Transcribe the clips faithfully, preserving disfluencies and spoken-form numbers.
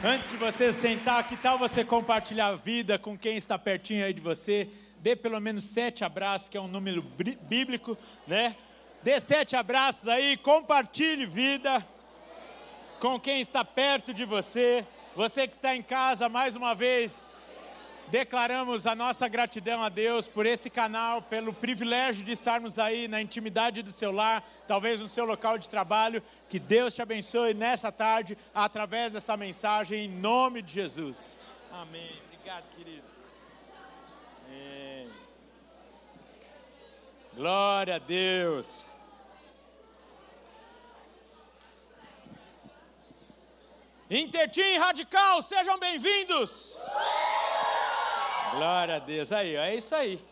Antes de você sentar, que tal você compartilhar a vida com quem está pertinho aí de você? Dê pelo menos sete abraços, que é um número bíblico, né? Dê sete abraços aí, compartilhe vida com quem está perto de você. Você que está em casa, mais uma vez, declaramos a nossa gratidão a Deus por esse canal, pelo privilégio de estarmos aí na intimidade do seu lar, talvez no seu local de trabalho. Que Deus te abençoe nessa tarde, através dessa mensagem, em nome de Jesus. Amém. Obrigado, queridos. Amém. Glória a Deus. Intertim Radical, sejam bem-vindos. Glória a Deus. Aí, é isso aí.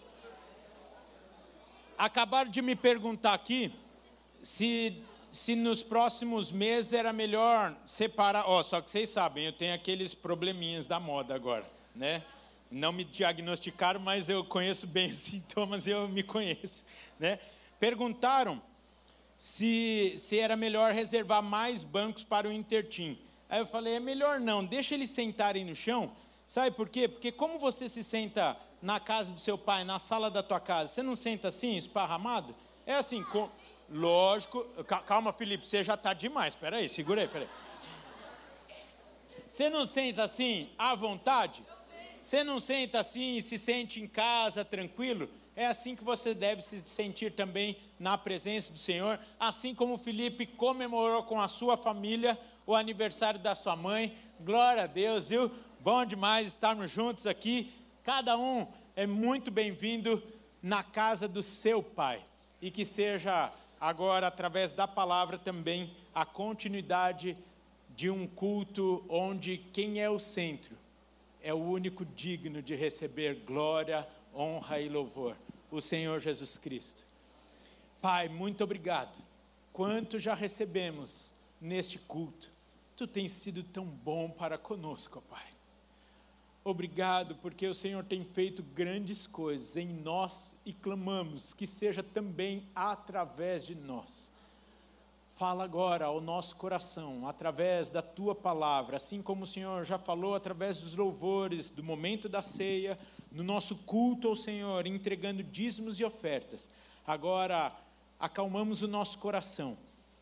Acabaram de me perguntar aqui se, se nos próximos meses era melhor separar. Ó, só que vocês sabem, eu tenho aqueles probleminhas da moda agora, né? Não me diagnosticaram, mas eu conheço bem os sintomas e eu me conheço, né? Perguntaram se, se era melhor reservar mais bancos para o Intertim. Aí eu falei, é melhor não, deixa eles sentarem no chão. Sabe por quê? Porque como você se senta na casa do seu pai, na sala da tua casa, você não senta assim, esparramado? É assim, com... lógico... Calma, Felipe, você já está demais. Espera aí, segura aí, espera aí. Você não senta assim, à vontade? Você não senta assim e se sente em casa, tranquilo? É assim que você deve se sentir também na presença do Senhor. Assim como o Felipe comemorou com a sua família o aniversário da sua mãe. Glória a Deus, viu? Bom demais estarmos juntos aqui. Cada um é muito bem-vindo na casa do seu pai. E que seja agora, através da palavra também, a continuidade de um culto onde quem é o centro é o único digno de receber glória, honra e louvor, o Senhor Jesus Cristo. Pai, muito obrigado. Quanto já recebemos neste culto. Tu tens sido tão bom para conosco, ó Pai. Obrigado, porque o Senhor tem feito grandes coisas em nós e clamamos que seja também através de nós. Fala agora ao nosso coração, através da Tua palavra, assim como o Senhor já falou através dos louvores, do momento da ceia, no nosso culto ao Senhor, entregando dízimos e ofertas. Agora, acalmamos o nosso coração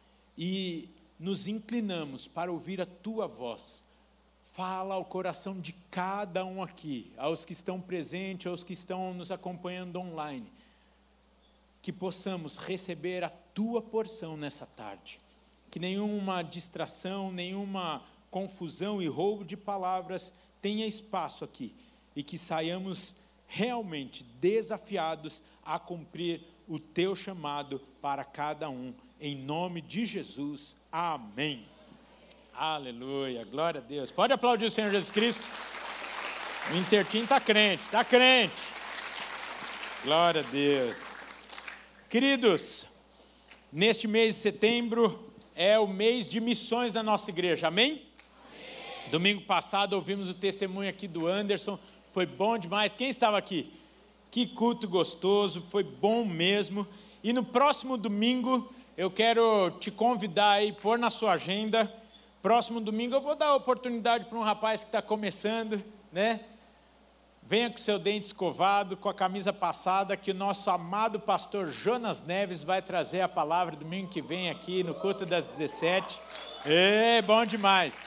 e nos inclinamos para ouvir a Tua voz. Fala ao coração de cada um aqui, aos que estão presentes, aos que estão nos acompanhando online, que possamos receber a Tua porção nessa tarde, que nenhuma distração, nenhuma confusão e roubo de palavras tenha espaço aqui, e que saiamos realmente desafiados a cumprir o Teu chamado para cada um, em nome de Jesus, amém. Aleluia, glória a Deus. Pode aplaudir o Senhor Jesus Cristo. O Intertim está crente, está crente. Glória a Deus. Queridos, neste mês de setembro é o mês de missões da nossa igreja, amém? Amém. Domingo passado ouvimos o testemunho aqui do Anderson, foi bom demais. Quem estava aqui? Que culto gostoso, foi bom mesmo. E no próximo domingo eu quero te convidar aí, pôr na sua agenda. Próximo domingo eu vou dar a oportunidade para um rapaz que está começando, né? Venha com seu dente escovado, com a camisa passada, que o nosso amado pastor Jonas Neves vai trazer a palavra domingo que vem aqui no culto das dezessete. É bom demais.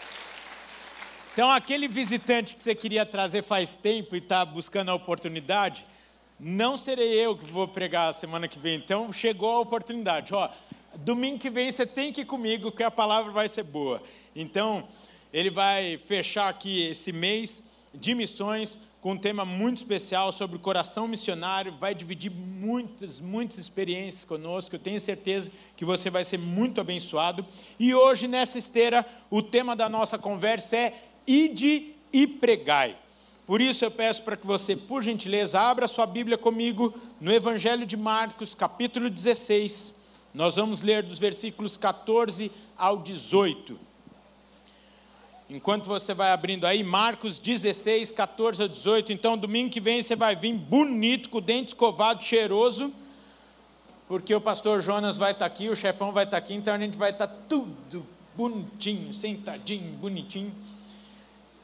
Então, aquele visitante que você queria trazer faz tempo e está buscando a oportunidade, não serei eu que vou pregar a semana que vem. Então, chegou a oportunidade. Ó, domingo que vem você tem que ir comigo, que a palavra vai ser boa. Então, ele vai fechar aqui esse mês de missões com um tema muito especial sobre o coração missionário. Vai dividir muitas, muitas experiências conosco. Eu tenho certeza que você vai ser muito abençoado. E hoje, nessa esteira, o tema da nossa conversa é Ide e Pregai. Por isso eu peço para que você, por gentileza, abra sua Bíblia comigo no Evangelho de Marcos, capítulo dezesseis. Nós vamos ler dos versículos catorze ao dezoito. Enquanto você vai abrindo aí, Marcos dezesseis, catorze ao dezoito. Então, domingo que vem você vai vir bonito, com o dente escovado, cheiroso, porque o pastor Jonas vai estar aqui, o chefão vai estar aqui, então a gente vai estar tudo bonitinho, sentadinho, bonitinho.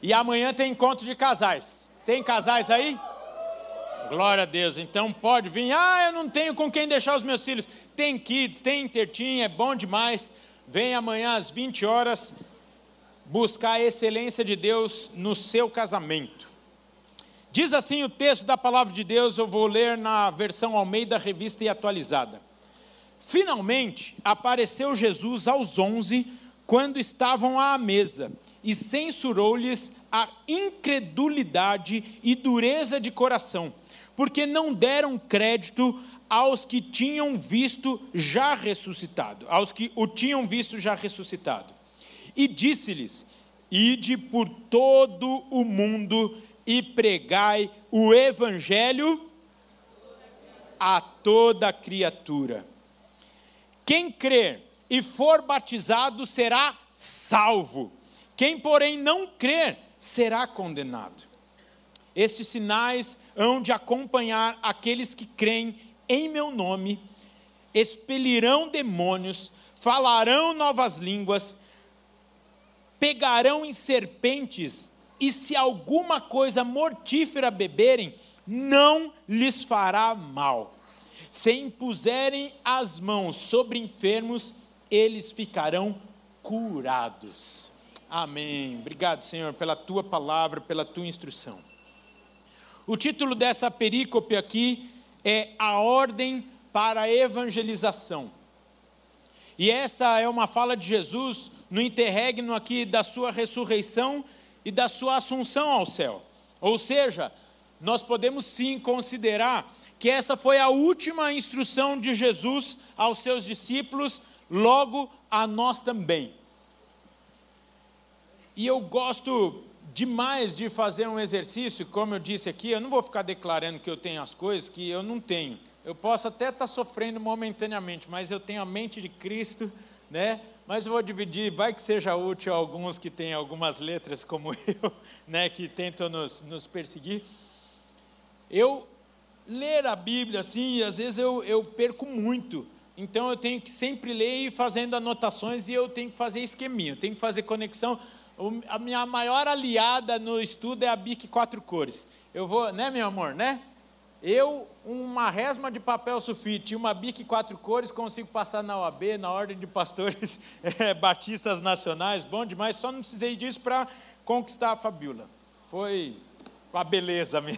E amanhã tem encontro de casais. Tem casais aí? Glória a Deus. Então pode vir. Ah, eu não tenho com quem deixar os meus filhos. Tem kids, tem intertim, é bom demais. Vem amanhã às vinte horas buscar a excelência de Deus no seu casamento. Diz assim o texto da palavra de Deus, eu vou ler na versão Almeida, Revista e Atualizada. Finalmente apareceu Jesus aos onze, quando estavam à mesa, e censurou-lhes a incredulidade e dureza de coração, porque não deram crédito aos que tinham visto já ressuscitado, aos que o tinham visto já ressuscitado. E disse-lhes, ide por todo o mundo e pregai o evangelho a toda criatura. Quem crer e for batizado será salvo. Quem, porém, não crer será condenado. Estes sinais hão de acompanhar aqueles que creem em meu nome, expelirão demônios, falarão novas línguas, pegarão em serpentes, e se alguma coisa mortífera beberem, não lhes fará mal. Se impuserem as mãos sobre enfermos, eles ficarão curados. Amém. Obrigado, Senhor, pela tua palavra, pela tua instrução. O título dessa perícope aqui é a ordem para a evangelização. E essa é uma fala de Jesus no interregno aqui da sua ressurreição e da sua assunção ao céu. Ou seja, nós podemos sim considerar que essa foi a última instrução de Jesus aos seus discípulos, logo a nós também. E eu gosto demais de fazer um exercício, como eu disse aqui, eu não vou ficar declarando que eu tenho as coisas que eu não tenho. Eu posso até estar sofrendo momentaneamente, mas eu tenho a mente de Cristo, né? Mas eu vou dividir, vai que seja útil a alguns que têm algumas letras como eu, né? Que tentam nos, nos perseguir. Eu ler a Bíblia assim, às vezes eu, eu perco muito. Então eu tenho que sempre ler e ir fazendo anotações e eu tenho que fazer esqueminha, eu tenho que fazer conexão. A minha maior aliada no estudo é a Bic quatro cores. Eu vou, né, meu amor, né? Eu, uma resma de papel sulfite e uma Bic quatro cores, consigo passar na O A B, na Ordem de Pastores é, Batistas Nacionais, bom demais, só não precisei disso para conquistar a Fabiola. Foi com a beleza mesmo.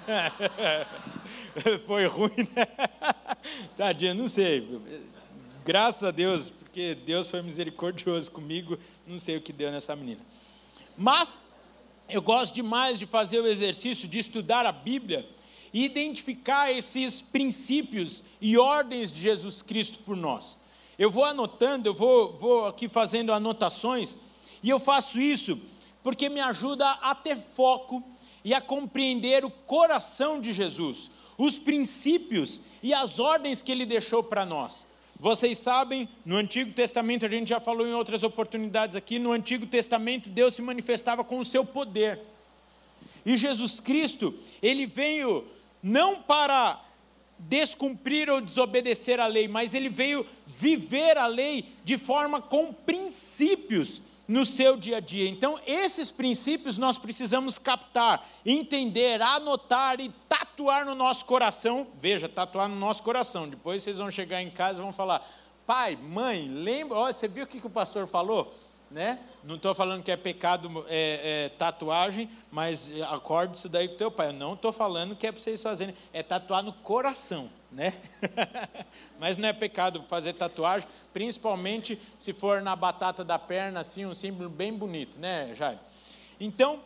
Foi ruim, né? Tadinha, não sei. Graças a Deus, porque Deus foi misericordioso comigo, não sei o que deu nessa menina. Mas eu gosto demais de fazer o exercício de estudar a Bíblia e identificar esses princípios e ordens de Jesus Cristo por nós. Eu vou anotando, eu vou, vou aqui fazendo anotações, e eu faço isso porque me ajuda a ter foco e a compreender o coração de Jesus, os princípios e as ordens que Ele deixou para nós. Vocês sabem, no Antigo Testamento, a gente já falou em outras oportunidades aqui, no Antigo Testamento Deus se manifestava com o seu poder. E Jesus Cristo, Ele veio não para descumprir ou desobedecer a lei, mas Ele veio viver a lei de forma com princípios no seu dia a dia. Então, esses princípios nós precisamos captar, entender, anotar e tatuar no nosso coração. Veja, tatuar no nosso coração. Depois vocês vão chegar em casa e vão falar, pai, mãe, lembra, ó, você viu o que, que o pastor falou? Né? Não estou falando que é pecado é, é, tatuagem, mas acorde isso daí com o teu pai. Eu não estou falando que é para vocês fazerem, é tatuar no coração, né? Mas não é pecado fazer tatuagem, principalmente se for na batata da perna, assim, um símbolo bem bonito, né, Jair? Então,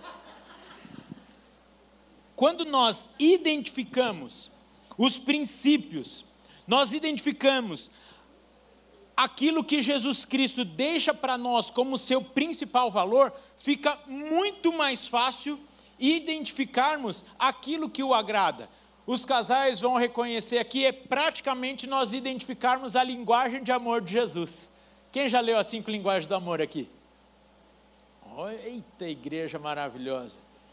quando nós identificamos os princípios, nós identificamos aquilo que Jesus Cristo deixa para nós como seu principal valor, fica muito mais fácil identificarmos aquilo que o agrada. Os casais vão reconhecer aqui, é praticamente nós identificarmos a linguagem de amor de Jesus. Quem já leu as cinco linguagens do amor aqui? Oh, eita, igreja maravilhosa.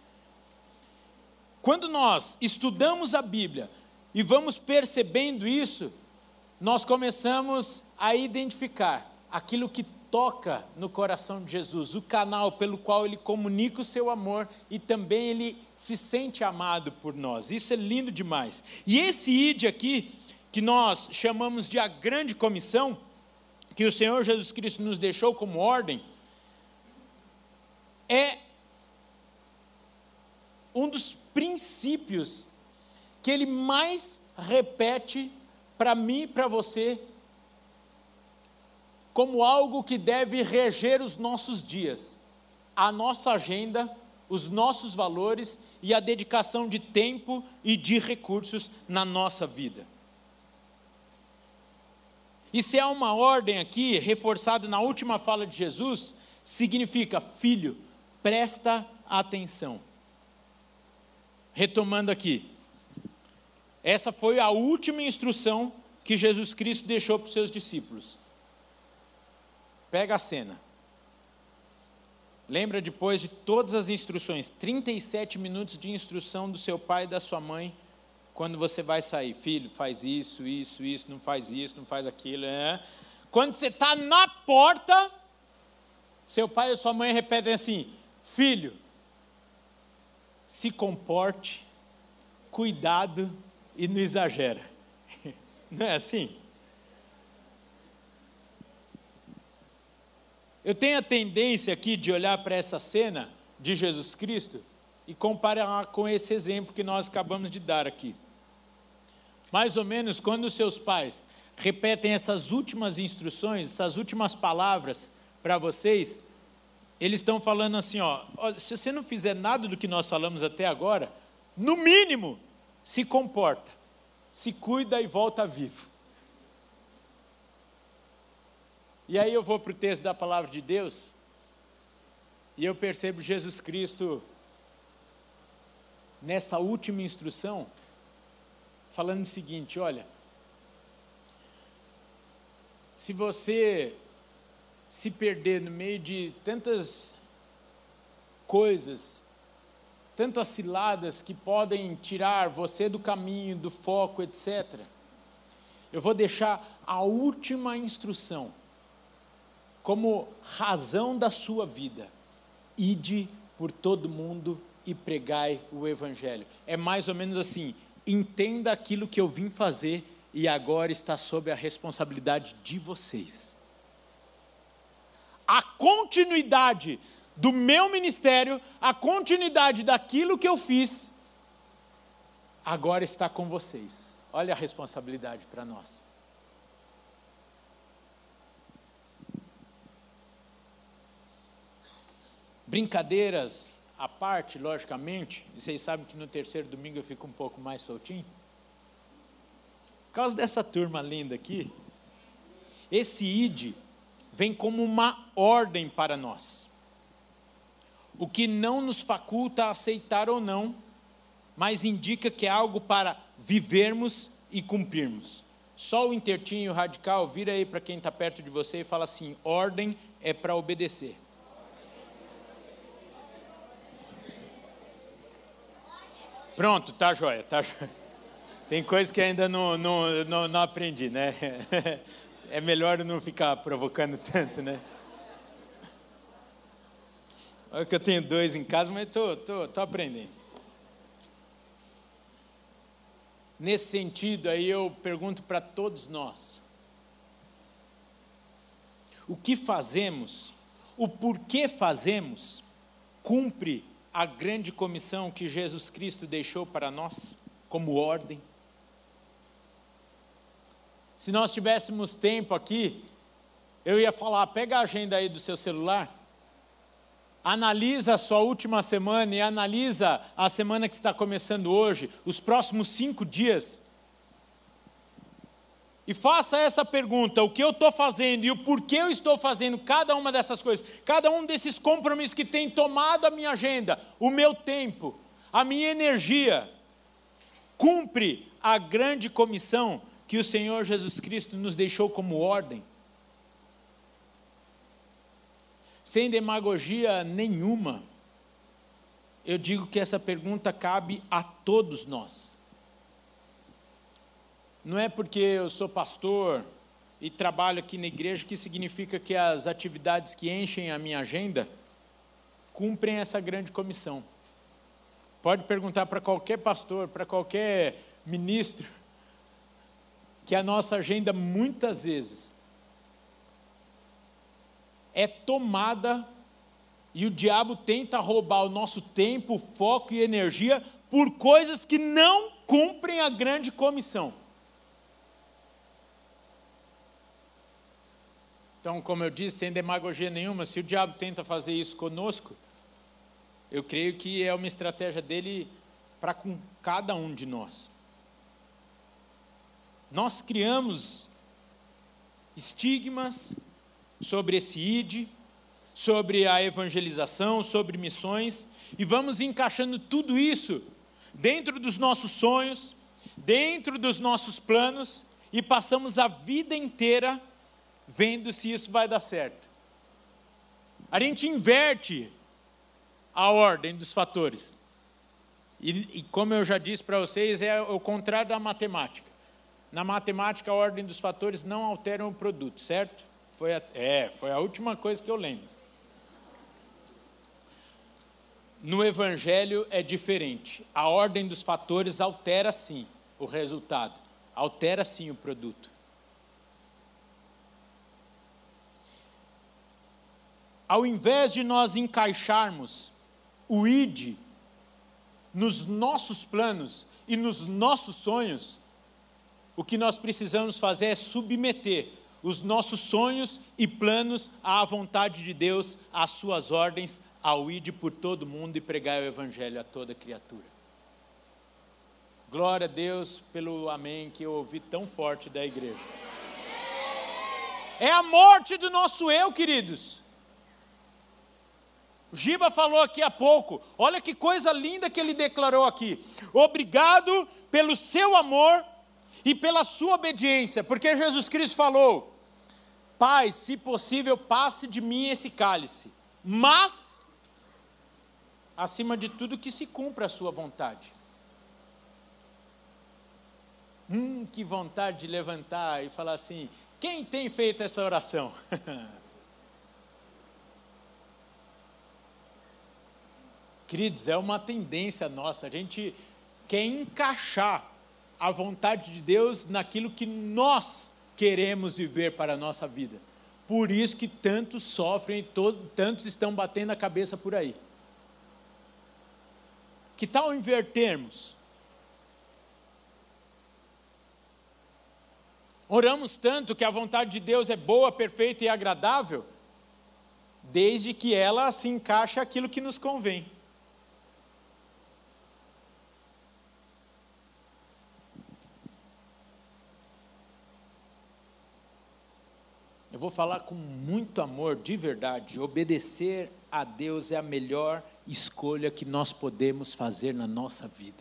Quando nós estudamos a Bíblia e vamos percebendo isso, nós começamos a identificar aquilo que toca no coração de Jesus, o canal pelo qual ele comunica o seu amor e também ele se sente amado por nós. Isso é lindo demais. E esse ide aqui, que nós chamamos de a grande comissão, que o Senhor Jesus Cristo nos deixou como ordem, é um dos princípios que ele mais repete para mim e para você, como algo que deve reger os nossos dias, a nossa agenda, os nossos valores e a dedicação de tempo e de recursos na nossa vida. E se há uma ordem aqui, reforçada na última fala de Jesus, significa, filho, presta atenção. Retomando aqui, essa foi a última instrução que Jesus Cristo deixou para os seus discípulos. Pega a cena. Lembra depois de todas as instruções, trinta e sete minutos de instrução do seu pai e da sua mãe, quando você vai sair. Filho, faz isso, isso, isso, não faz isso, não faz aquilo. É. Quando você está na porta, seu pai e sua mãe repetem assim, filho, se comporte, cuidado e não exagera. Não é assim? Eu tenho a tendência aqui de olhar para essa cena de Jesus Cristo e comparar com esse exemplo que nós acabamos de dar aqui. Mais ou menos quando os seus pais repetem essas últimas instruções, essas últimas palavras para vocês, eles estão falando assim, ó, se você não fizer nada do que nós falamos até agora, no mínimo, se comporta, se cuida e volta vivo. E aí eu vou para o texto da palavra de Deus, e eu percebo Jesus Cristo, nessa última instrução, falando o seguinte, olha, se você se perder no meio de tantas coisas, tantas ciladas que podem tirar você do caminho, do foco, etcétera, eu vou deixar a última instrução, como razão da sua vida, ide por todo mundo e pregai o Evangelho. É mais ou menos assim, entenda aquilo que eu vim fazer e agora está sob a responsabilidade de vocês. A continuidade do meu ministério, a continuidade daquilo que eu fiz, agora está com vocês. Olha a responsabilidade para nós. Brincadeiras à parte, logicamente, e vocês sabem que no terceiro domingo eu fico um pouco mais soltinho. Por causa dessa turma linda aqui, esse ide vem como uma ordem para nós. O que não nos faculta a aceitar ou não, mas indica que é algo para vivermos e cumprirmos. Só o intertinho radical, vira aí para quem está perto de você e fala assim, ordem é para obedecer. Pronto, tá joia, tá joia. Tem coisa que ainda não, não, não, não aprendi, né? É melhor não ficar provocando tanto, né? Olha que eu tenho dois em casa, mas estou tô, tô, tô aprendendo. Nesse sentido, aí eu pergunto para todos nós. O que fazemos, o porquê fazemos, cumpre a grande comissão que Jesus Cristo deixou para nós, como ordem? Se nós tivéssemos tempo aqui, eu ia falar, pega a agenda aí do seu celular, analisa a sua última semana e analisa a semana que está começando hoje, os próximos cinco dias, e faça essa pergunta, o que eu estou fazendo e o porquê eu estou fazendo cada uma dessas coisas, cada um desses compromissos que tem tomado a minha agenda, o meu tempo, a minha energia, cumpre a grande comissão que o Senhor Jesus Cristo nos deixou como ordem? Sem demagogia nenhuma, eu digo que essa pergunta cabe a todos nós. Não é porque eu sou pastor e trabalho aqui na igreja, que significa que as atividades que enchem a minha agenda cumprem essa grande comissão. Pode perguntar para qualquer pastor, para qualquer ministro, que a nossa agenda muitas vezes é tomada e o diabo tenta roubar o nosso tempo, foco e energia por coisas que não cumprem a grande comissão. Então, como eu disse, sem demagogia nenhuma, se o diabo tenta fazer isso conosco, eu creio que é uma estratégia dele para com cada um de nós. Nós criamos estigmas sobre esse I D, sobre a evangelização, sobre missões, e vamos encaixando tudo isso dentro dos nossos sonhos, dentro dos nossos planos, e passamos a vida inteira vendo se isso vai dar certo. A gente inverte a ordem dos fatores. E, e como eu já disse para vocês, é o contrário da matemática. Na matemática, a ordem dos fatores não altera o produto, certo? Foi a, é, foi a última coisa que eu lembro. No Evangelho é diferente. A ordem dos fatores altera sim o resultado, altera sim o produto. Ao invés de nós encaixarmos o I D nos nossos planos e nos nossos sonhos, o que nós precisamos fazer é submeter os nossos sonhos e planos à vontade de Deus, às suas ordens, ao I D por todo mundo e pregar o Evangelho a toda criatura. Glória a Deus pelo amém que eu ouvi tão forte da igreja. É a morte do nosso eu, queridos. O Giba falou aqui há pouco, olha que coisa linda que ele declarou aqui. Obrigado pelo seu amor e pela sua obediência, porque Jesus Cristo falou, Pai, se possível, passe de mim esse cálice, mas, acima de tudo, que se cumpra a sua vontade. Hum, que vontade de levantar e falar assim, quem tem feito essa oração? Queridos, é uma tendência nossa, a gente quer encaixar a vontade de Deus naquilo que nós queremos viver para a nossa vida. Por isso que tantos sofrem, todos, tantos estão batendo a cabeça por aí. Que tal invertermos? Oramos tanto que a vontade de Deus é boa, perfeita e agradável, desde que ela se encaixe aquilo que nos convém. Eu vou falar com muito amor, de verdade. Obedecer a Deus é a melhor escolha que nós podemos fazer na nossa vida.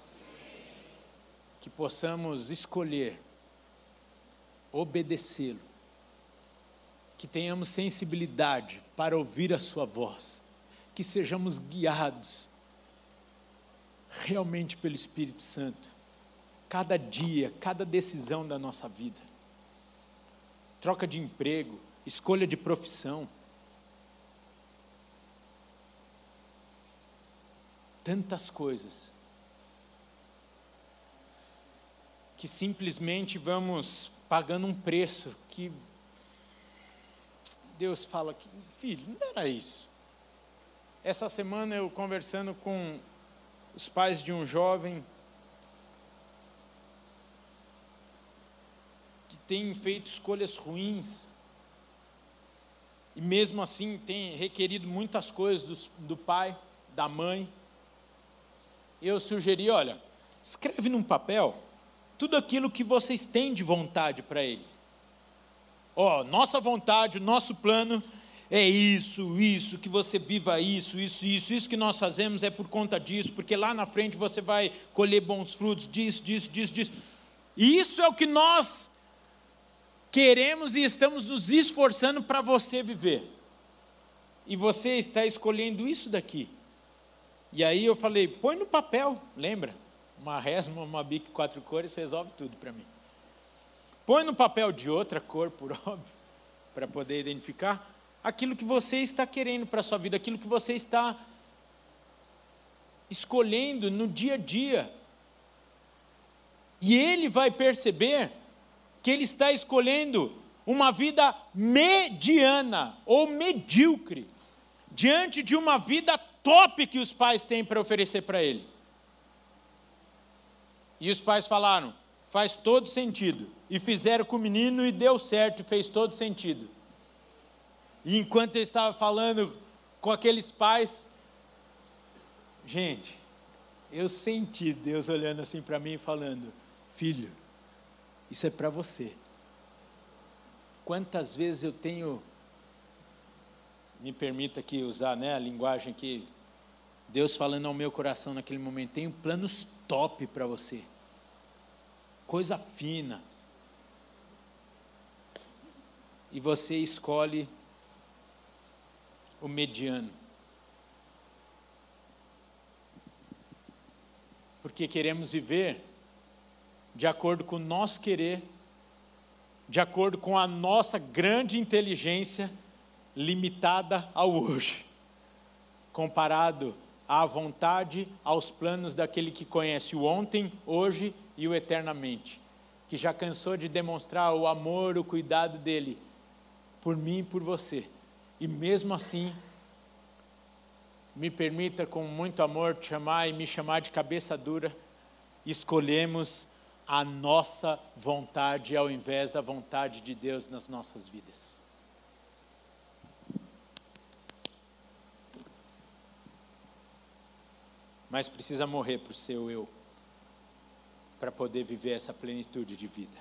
Que possamos escolher obedecê-lo. Que tenhamos sensibilidade para ouvir a sua voz. Que sejamos guiados realmente pelo Espírito Santo. Cada dia, cada decisão da nossa vida. Troca de emprego, escolha de profissão. Tantas coisas. Que simplesmente vamos pagando um preço que Deus fala que, filho, não era isso. Essa semana eu conversando com os pais de um jovem tem feito escolhas ruins, e mesmo assim tem requerido muitas coisas do, do pai, da mãe. Eu sugeri, olha, escreve num papel tudo aquilo que vocês têm de vontade para ele. Ó, nossa vontade, o nosso plano é isso, isso, que você viva isso, isso, isso, isso que nós fazemos é por conta disso, porque lá na frente você vai colher bons frutos disso, disso, disso, disso. E isso é o que nós queremos e estamos nos esforçando para você viver. E você está escolhendo isso daqui. E aí eu falei, põe no papel, lembra? Uma resma, uma bique, quatro cores, resolve tudo para mim. Põe no papel de outra cor, por óbvio, para poder identificar aquilo que você está querendo para a sua vida, aquilo que você está escolhendo no dia a dia. E ele vai perceber que ele está escolhendo uma vida mediana ou medíocre, diante de uma vida top que os pais têm para oferecer para ele. E os pais falaram, faz todo sentido. E fizeram com o menino e deu certo, fez todo sentido. E enquanto eu estava falando com aqueles pais, gente, eu senti Deus olhando assim para mim e falando, filho, isso é para você. Quantas vezes eu tenho, me permita aqui usar, né, a linguagem que Deus falando ao meu coração naquele momento, tenho planos top para você, coisa fina, e você escolhe o mediano, porque queremos viver de acordo com o nosso querer, de acordo com a nossa grande inteligência, limitada ao hoje, comparado à vontade, aos planos daquele que conhece o ontem, hoje e o eternamente, que já cansou de demonstrar o amor, o cuidado dele, por mim e por você, e mesmo assim, me permita com muito amor te chamar e me chamar de cabeça dura, escolhemos a nossa vontade ao invés da vontade de Deus nas nossas vidas. Mas precisa morrer para o seu eu, para poder viver essa plenitude de vida.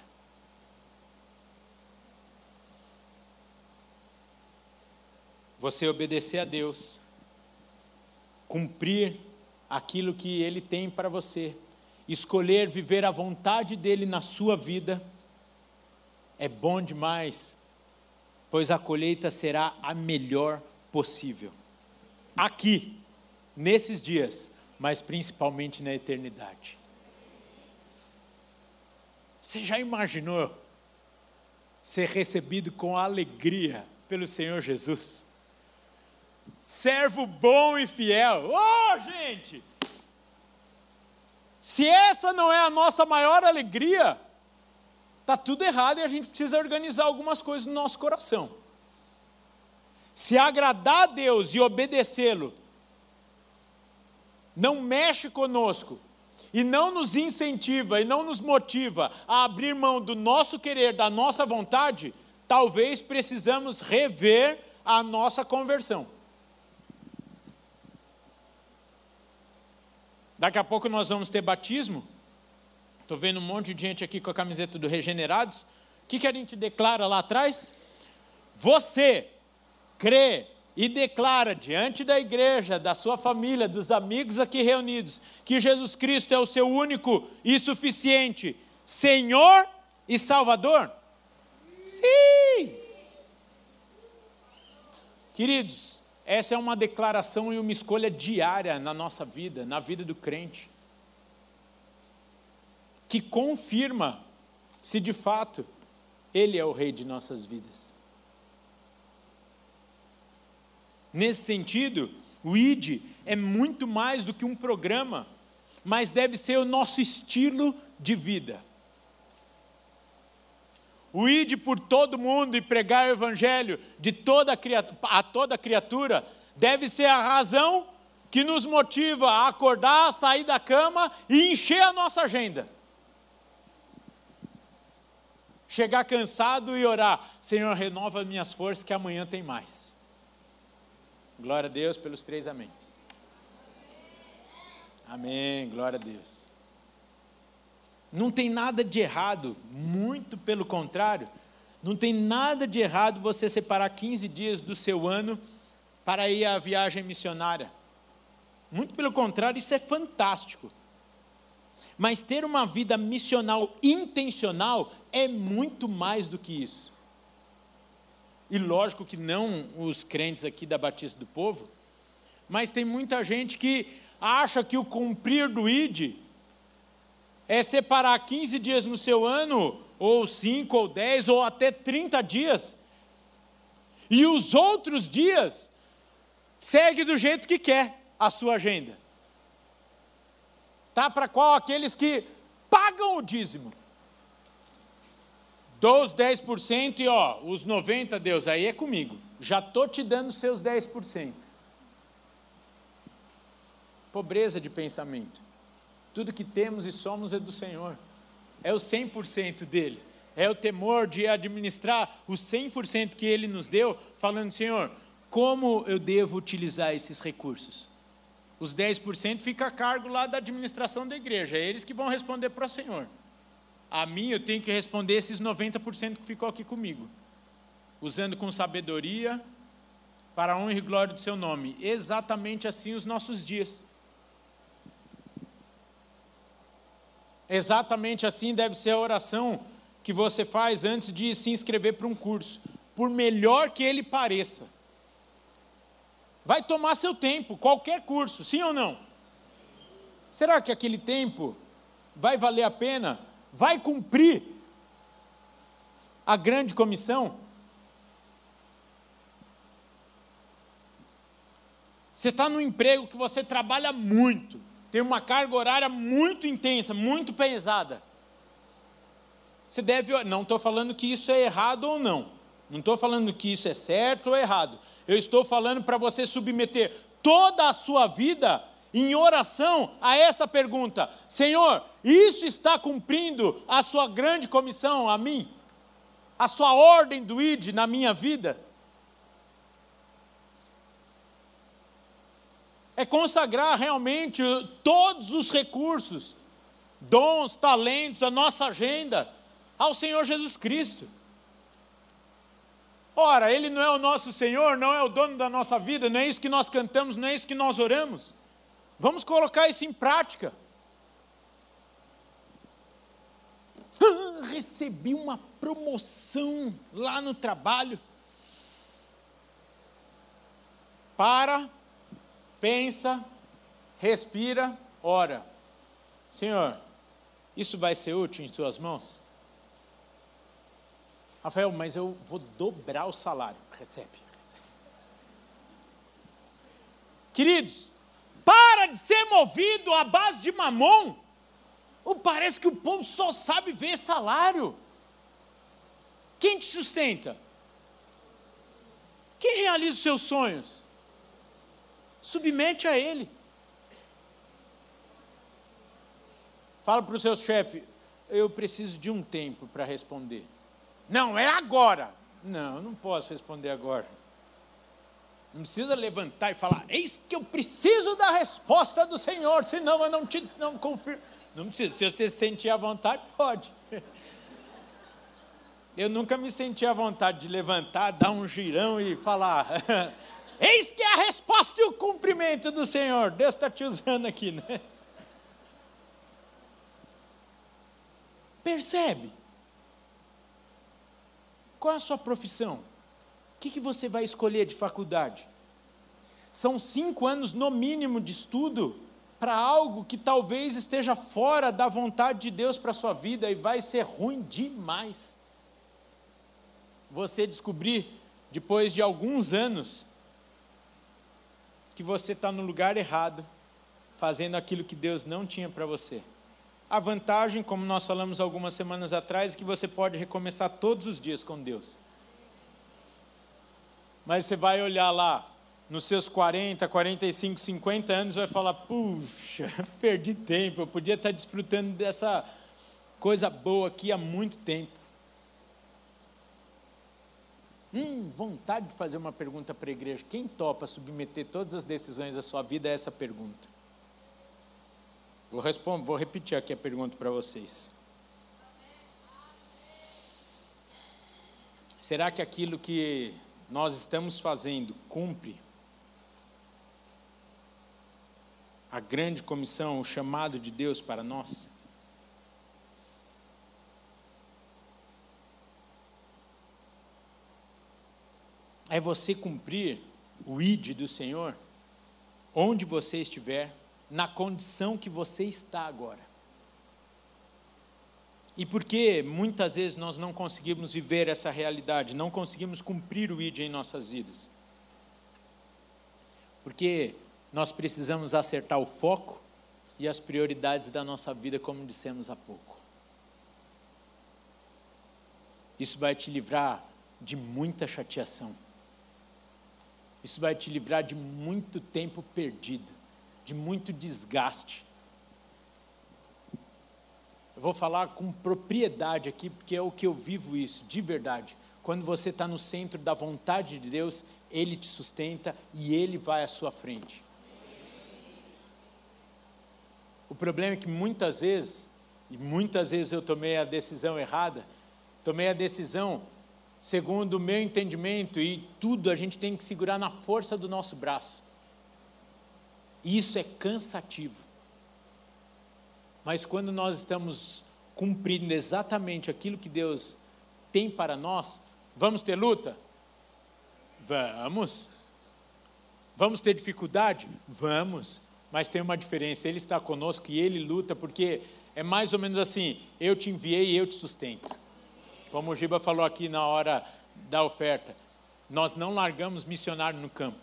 Você obedecer a Deus, cumprir aquilo que Ele tem para você, escolher viver a vontade dEle na sua vida, é bom demais, pois a colheita será a melhor possível. Aqui, nesses dias, mas principalmente na eternidade. Você já imaginou ser recebido com alegria pelo Senhor Jesus? Servo bom e fiel. Oh, gente! Se essa não é a nossa maior alegria, está tudo errado e a gente precisa organizar algumas coisas no nosso coração. Se agradar a Deus e obedecê-lo, não mexe conosco, e não nos incentiva, e não nos motiva a abrir mão do nosso querer, da nossa vontade, talvez precisamos rever a nossa conversão. Daqui a pouco nós vamos ter batismo. Estou vendo um monte de gente aqui com a camiseta do Regenerados. O que, que a gente declara lá atrás? Você crê e declara diante da igreja, da sua família, dos amigos aqui reunidos, que Jesus Cristo é o seu único e suficiente Senhor e Salvador? Sim! Queridos, essa é uma declaração e uma escolha diária na nossa vida, na vida do crente, que confirma se de fato Ele é o Rei de nossas vidas. Nesse sentido, o I D é muito mais do que um programa, mas deve ser o nosso estilo de vida. O I D por todo mundo e pregar o Evangelho de toda a toda criatura deve ser a razão que nos motiva a acordar, a sair da cama e encher a nossa agenda. Chegar cansado e orar, Senhor, renova minhas forças que amanhã tem mais. Glória a Deus pelos três améns. Amém, glória a Deus. Não tem nada de errado, muito pelo contrário, não tem nada de errado você separar quinze dias do seu ano para ir à viagem missionária. Muito pelo contrário, isso é fantástico. Mas ter uma vida missional intencional é muito mais do que isso. E lógico que não os crentes aqui da Batista do Povo, mas tem muita gente que acha que o cumprir do I D é separar quinze dias no seu ano, ou cinco, ou dez, ou até trinta dias. E os outros dias, segue do jeito que quer a sua agenda. Tá para qual? Aqueles que pagam o dízimo. Dou os dez por cento e ó, os noventa por cento, Deus, aí é comigo. Já estou te dando os seus dez por cento. Pobreza de pensamento. Tudo que temos e somos é do Senhor. É o cem por cento dele. É o temor de administrar o cem por cento que ele nos deu, falando, Senhor, como eu devo utilizar esses recursos? Os dez por cento fica a cargo lá da administração da igreja, é eles que vão responder para o Senhor. A mim eu tenho que responder esses noventa por cento que ficou aqui comigo, usando com sabedoria, para a honra e glória do seu nome. Exatamente assim os nossos dias. Exatamente assim deve ser a oração que você faz antes de se inscrever para um curso, por melhor que ele pareça. Vai tomar seu tempo, qualquer curso, sim ou não? Será que aquele tempo vai valer a pena? Vai cumprir a grande comissão? Você está num emprego que você trabalha muito, tem uma carga horária muito intensa, muito pesada. Você deve, não estou falando que isso é errado ou não, não estou falando que isso é certo ou errado, eu estou falando para você submeter toda a sua vida em oração a essa pergunta: Senhor, isso está cumprindo a sua grande comissão a mim? A sua ordem do I D na minha vida? É consagrar realmente todos os recursos, dons, talentos, a nossa agenda ao Senhor Jesus Cristo. Ora, Ele não é o nosso Senhor, não é o dono da nossa vida, não é isso que nós cantamos, não é isso que nós oramos. Vamos colocar isso em prática. Ah, recebi uma promoção lá no trabalho. Para, pensa, respira, ora. Senhor, isso vai ser útil em suas mãos? Rafael, mas eu vou dobrar o salário. Recebe, recebe. Queridos, para de ser movido à base de mamon. Ou parece que o povo só sabe ver salário. Quem te sustenta? Quem realiza os seus sonhos? Submete a Ele. Fala para o seu chefe, eu preciso de um tempo para responder. Não, é agora. Não, eu não posso responder agora. Não precisa levantar e falar, eis que eu preciso da resposta do Senhor, senão eu não te não confirmo. Não precisa, se você se sentir à vontade, pode. Eu nunca me senti à vontade de levantar, dar um girão e falar, eis que é a resposta e o cumprimento do Senhor. Deus está te usando aqui, né? Percebe? Qual é a sua profissão? O que, que você vai escolher de faculdade? São cinco anos no mínimo de estudo para algo que talvez esteja fora da vontade de Deus para a sua vida e vai ser ruim demais. Você descobrir, depois de alguns anos, que você está no lugar errado, fazendo aquilo que Deus não tinha para você. A vantagem, como nós falamos algumas semanas atrás, é que você pode recomeçar todos os dias com Deus. Mas você vai olhar lá, nos seus quarenta, quarenta e cinco, cinquenta anos, vai falar, puxa, perdi tempo, eu podia estar desfrutando dessa coisa boa aqui há muito tempo. Hum, vontade de fazer uma pergunta para a igreja. Quem topa submeter todas as decisões da sua vida a essa pergunta? Vou, responder, vou repetir aqui a pergunta para vocês. Será que aquilo que nós estamos fazendo cumpre a grande comissão, o chamado de Deus para nós? É você cumprir o I D do Senhor, onde você estiver, na condição que você está agora. E por que muitas vezes nós não conseguimos viver essa realidade, não conseguimos cumprir o I D em nossas vidas? Porque nós precisamos acertar o foco e as prioridades da nossa vida, como dissemos há pouco. Isso vai te livrar de muita chateação. Isso vai te livrar de muito tempo perdido, de muito desgaste. Eu vou falar com propriedade aqui, porque é o que eu vivo isso, de verdade. Quando você está no centro da vontade de Deus, Ele te sustenta e Ele vai à sua frente. O problema é que muitas vezes, e muitas vezes eu tomei a decisão errada, tomei a decisão segundo o meu entendimento, e tudo a gente tem que segurar na força do nosso braço. E isso é cansativo. Mas quando nós estamos cumprindo exatamente aquilo que Deus tem para nós, vamos ter luta? Vamos. Vamos ter dificuldade? Vamos. Mas tem uma diferença, Ele está conosco e Ele luta, porque é mais ou menos assim, eu te enviei e eu te sustento. Como o Giba falou aqui na hora da oferta, nós não largamos missionário no campo.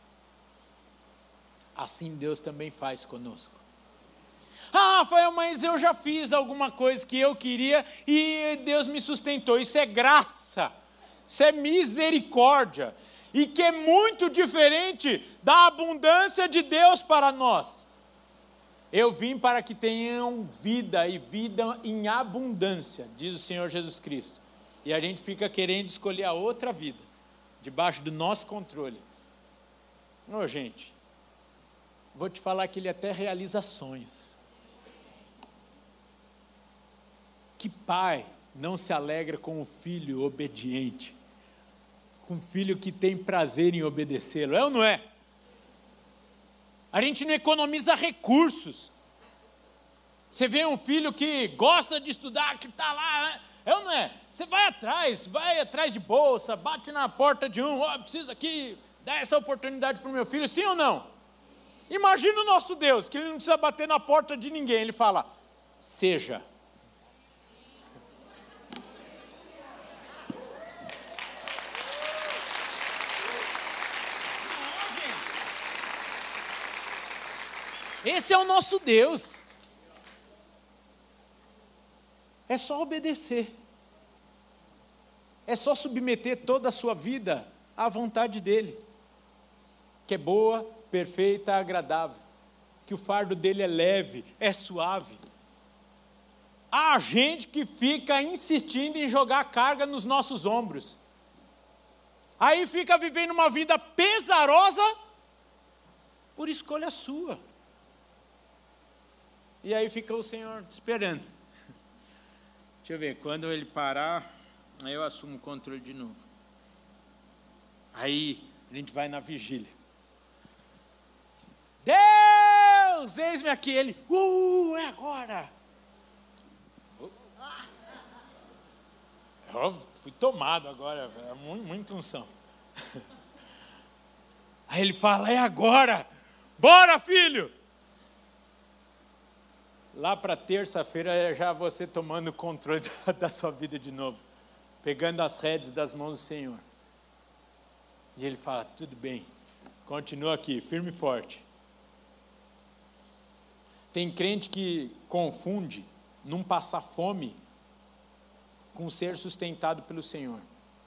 Assim Deus também faz conosco. Ah, Rafael, mas eu já fiz alguma coisa que eu queria e Deus me sustentou. Isso é graça, isso é misericórdia, e que é muito diferente da abundância de Deus para nós. Eu vim para que tenham vida e vida em abundância, diz o Senhor Jesus Cristo. E a gente fica querendo escolher a outra vida, debaixo do nosso controle. Ô, gente, vou te falar que Ele até realiza sonhos. Que pai não se alegra com o filho obediente, com o filho que tem prazer em obedecê-lo, é ou não é? A gente não economiza recursos. Você vê um filho que gosta de estudar, que está lá, é ou não é? Você vai atrás, vai atrás de bolsa, bate na porta de um, ó, oh, preciso aqui dar essa oportunidade para o meu filho, sim ou não? Imagina o nosso Deus, que Ele não precisa bater na porta de ninguém, Ele fala, seja. Esse é o nosso Deus. É só obedecer. É só submeter toda a sua vida à vontade dEle, que é boa, perfeita, agradável, que o fardo dEle é leve, é suave. Há gente que fica insistindo em jogar carga nos nossos ombros. Aí fica vivendo uma vida pesarosa por escolha sua. E aí fica o Senhor esperando. Deixa eu ver, quando Ele parar, aí eu assumo o controle de novo. Aí a gente vai na vigília. Deus, eis-me aqui. Ele, uh, é agora. Eu fui tomado agora, é muita unção. Aí Ele fala, é agora. Bora, filho. Lá para terça-feira é já você tomando o controle da, da sua vida de novo, pegando as rédeas das mãos do Senhor. E Ele fala, tudo bem, continua aqui, firme e forte. Tem crente que confunde não passar fome com ser sustentado pelo Senhor.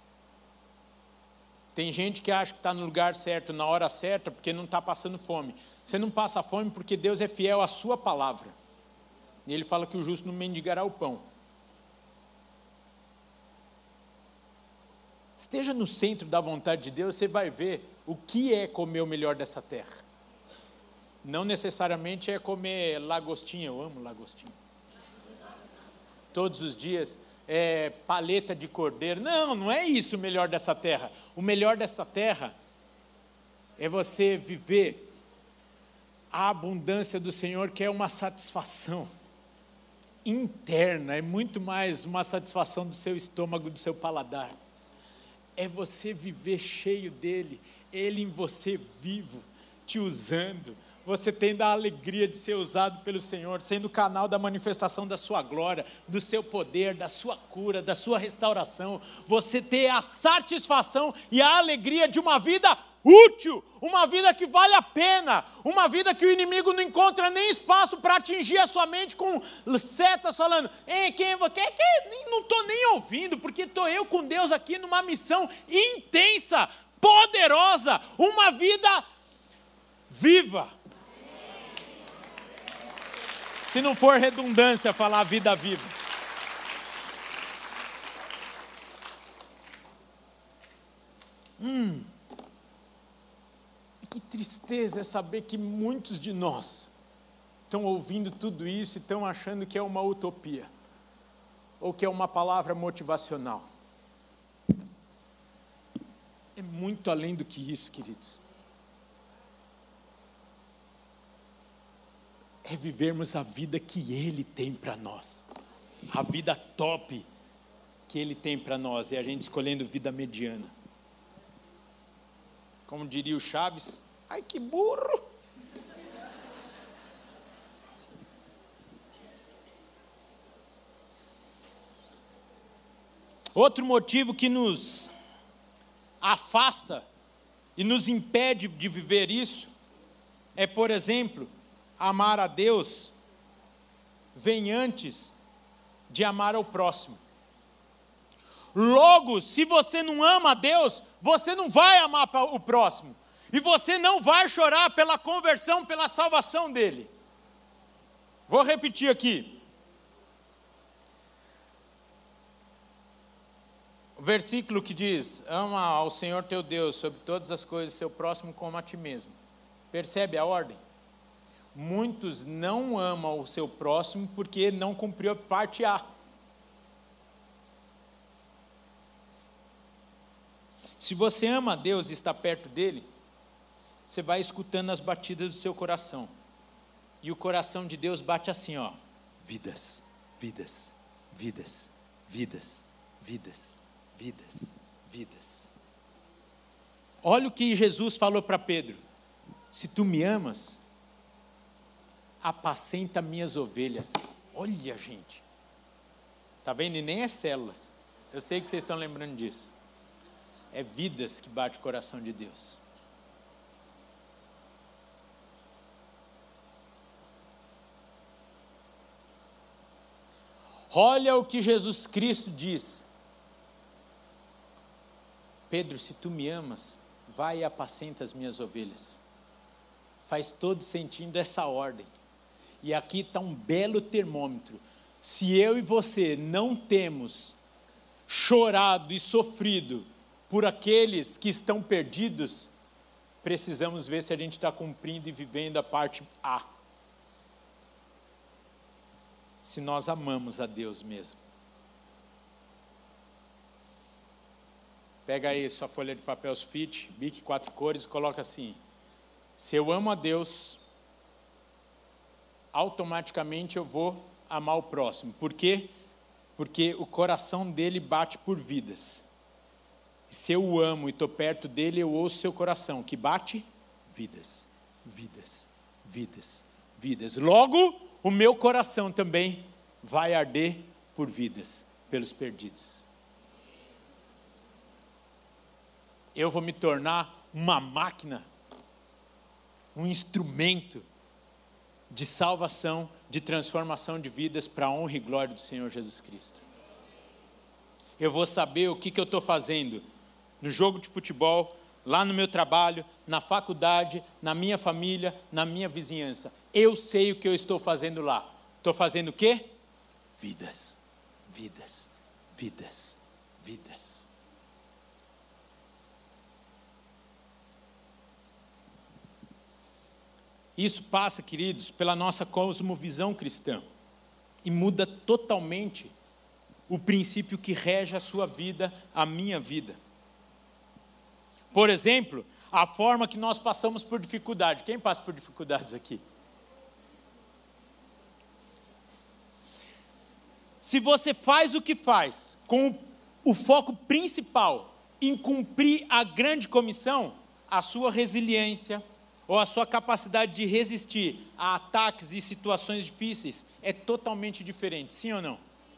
Tem gente que acha que está no lugar certo, na hora certa, porque não está passando fome. Você não passa fome porque Deus é fiel à sua palavra. E Ele fala que o justo não mendigará o pão. Esteja no centro da vontade de Deus, você vai ver o que é comer o melhor dessa terra. Não necessariamente é comer lagostinha, eu amo lagostinha. Todos os dias, é paleta de cordeiro. Não, não é isso o melhor dessa terra. O melhor dessa terra é você viver a abundância do Senhor, que é uma satisfação interna, é muito mais uma satisfação do seu estômago, do seu paladar. É você viver cheio dEle, Ele em você vivo, te usando, você tendo a alegria de ser usado pelo Senhor, sendo o canal da manifestação da sua glória, do seu poder, da sua cura, da sua restauração, você ter a satisfação e a alegria de uma vida útil, uma vida que vale a pena, uma vida que o inimigo não encontra nem espaço para atingir a sua mente com setas falando, ei, quem é você? Não estou nem ouvindo, porque estou eu com Deus aqui numa missão intensa, poderosa, uma vida viva. Se não for redundância falar vida viva. Hum. Que tristeza é saber que muitos de nós estão ouvindo tudo isso e estão achando que é uma utopia, ou que é uma palavra motivacional. É muito além do que isso, queridos. É vivermos a vida que Ele tem para nós, a vida top que Ele tem para nós, e a gente escolhendo vida mediana. Como diria o Chaves, ai que burro! Outro motivo que nos afasta e nos impede de viver isso é, por exemplo, amar a Deus vem antes de amar ao próximo. Logo, se você não ama a Deus, você não vai amar o próximo. E você não vai chorar pela conversão, pela salvação dele. Vou repetir aqui. O versículo que diz, ama ao Senhor teu Deus sobre todas as coisas, seu próximo como a ti mesmo. Percebe a ordem? Muitos não amam o seu próximo porque não cumpriu a parte A. Se você ama a Deus e está perto dele, você vai escutando as batidas do seu coração. E o coração de Deus bate assim, ó. Vidas, vidas, vidas, vidas, vidas, vidas, vidas. Olha o que Jesus falou para Pedro. Se tu me amas, apacenta minhas ovelhas. Olha, gente. Está vendo? E nem é células. Eu sei que vocês estão lembrando disso. É vidas que bate o coração de Deus. Olha o que Jesus Cristo diz. Pedro, se tu me amas, vai e apacenta as minhas ovelhas. Faz todo sentido essa ordem. E aqui está um belo termômetro. Se eu e você não temos chorado e sofrido por aqueles que estão perdidos, precisamos ver se a gente está cumprindo e vivendo a parte A. Se nós amamos a Deus mesmo. Pega aí sua folha de papel sulfite, bique quatro cores e coloca assim. Se eu amo a Deus, automaticamente eu vou amar o próximo. Por quê? Porque o coração dele bate por vidas. Se eu o amo e estou perto dele, eu ouço seu coração, que bate vidas, vidas, vidas, vidas. Logo, o meu coração também vai arder por vidas, pelos perdidos. Eu vou me tornar uma máquina, um instrumento de salvação, de transformação de vidas para a honra e glória do Senhor Jesus Cristo. Eu vou saber o que, que eu estou fazendo no jogo de futebol, lá no meu trabalho, na faculdade, na minha família, na minha vizinhança. Eu sei o que eu estou fazendo lá. Estou fazendo o quê? Vidas, vidas, vidas, vidas. Isso passa, queridos, pela nossa cosmovisão cristã e muda totalmente o princípio que rege a sua vida, a minha vida. Por exemplo, a forma que nós passamos por dificuldade. Quem passa por dificuldades aqui? Se você faz o que faz, com o foco principal em cumprir a grande comissão, a sua resiliência, ou a sua capacidade de resistir a ataques e situações difíceis é totalmente diferente, sim ou não?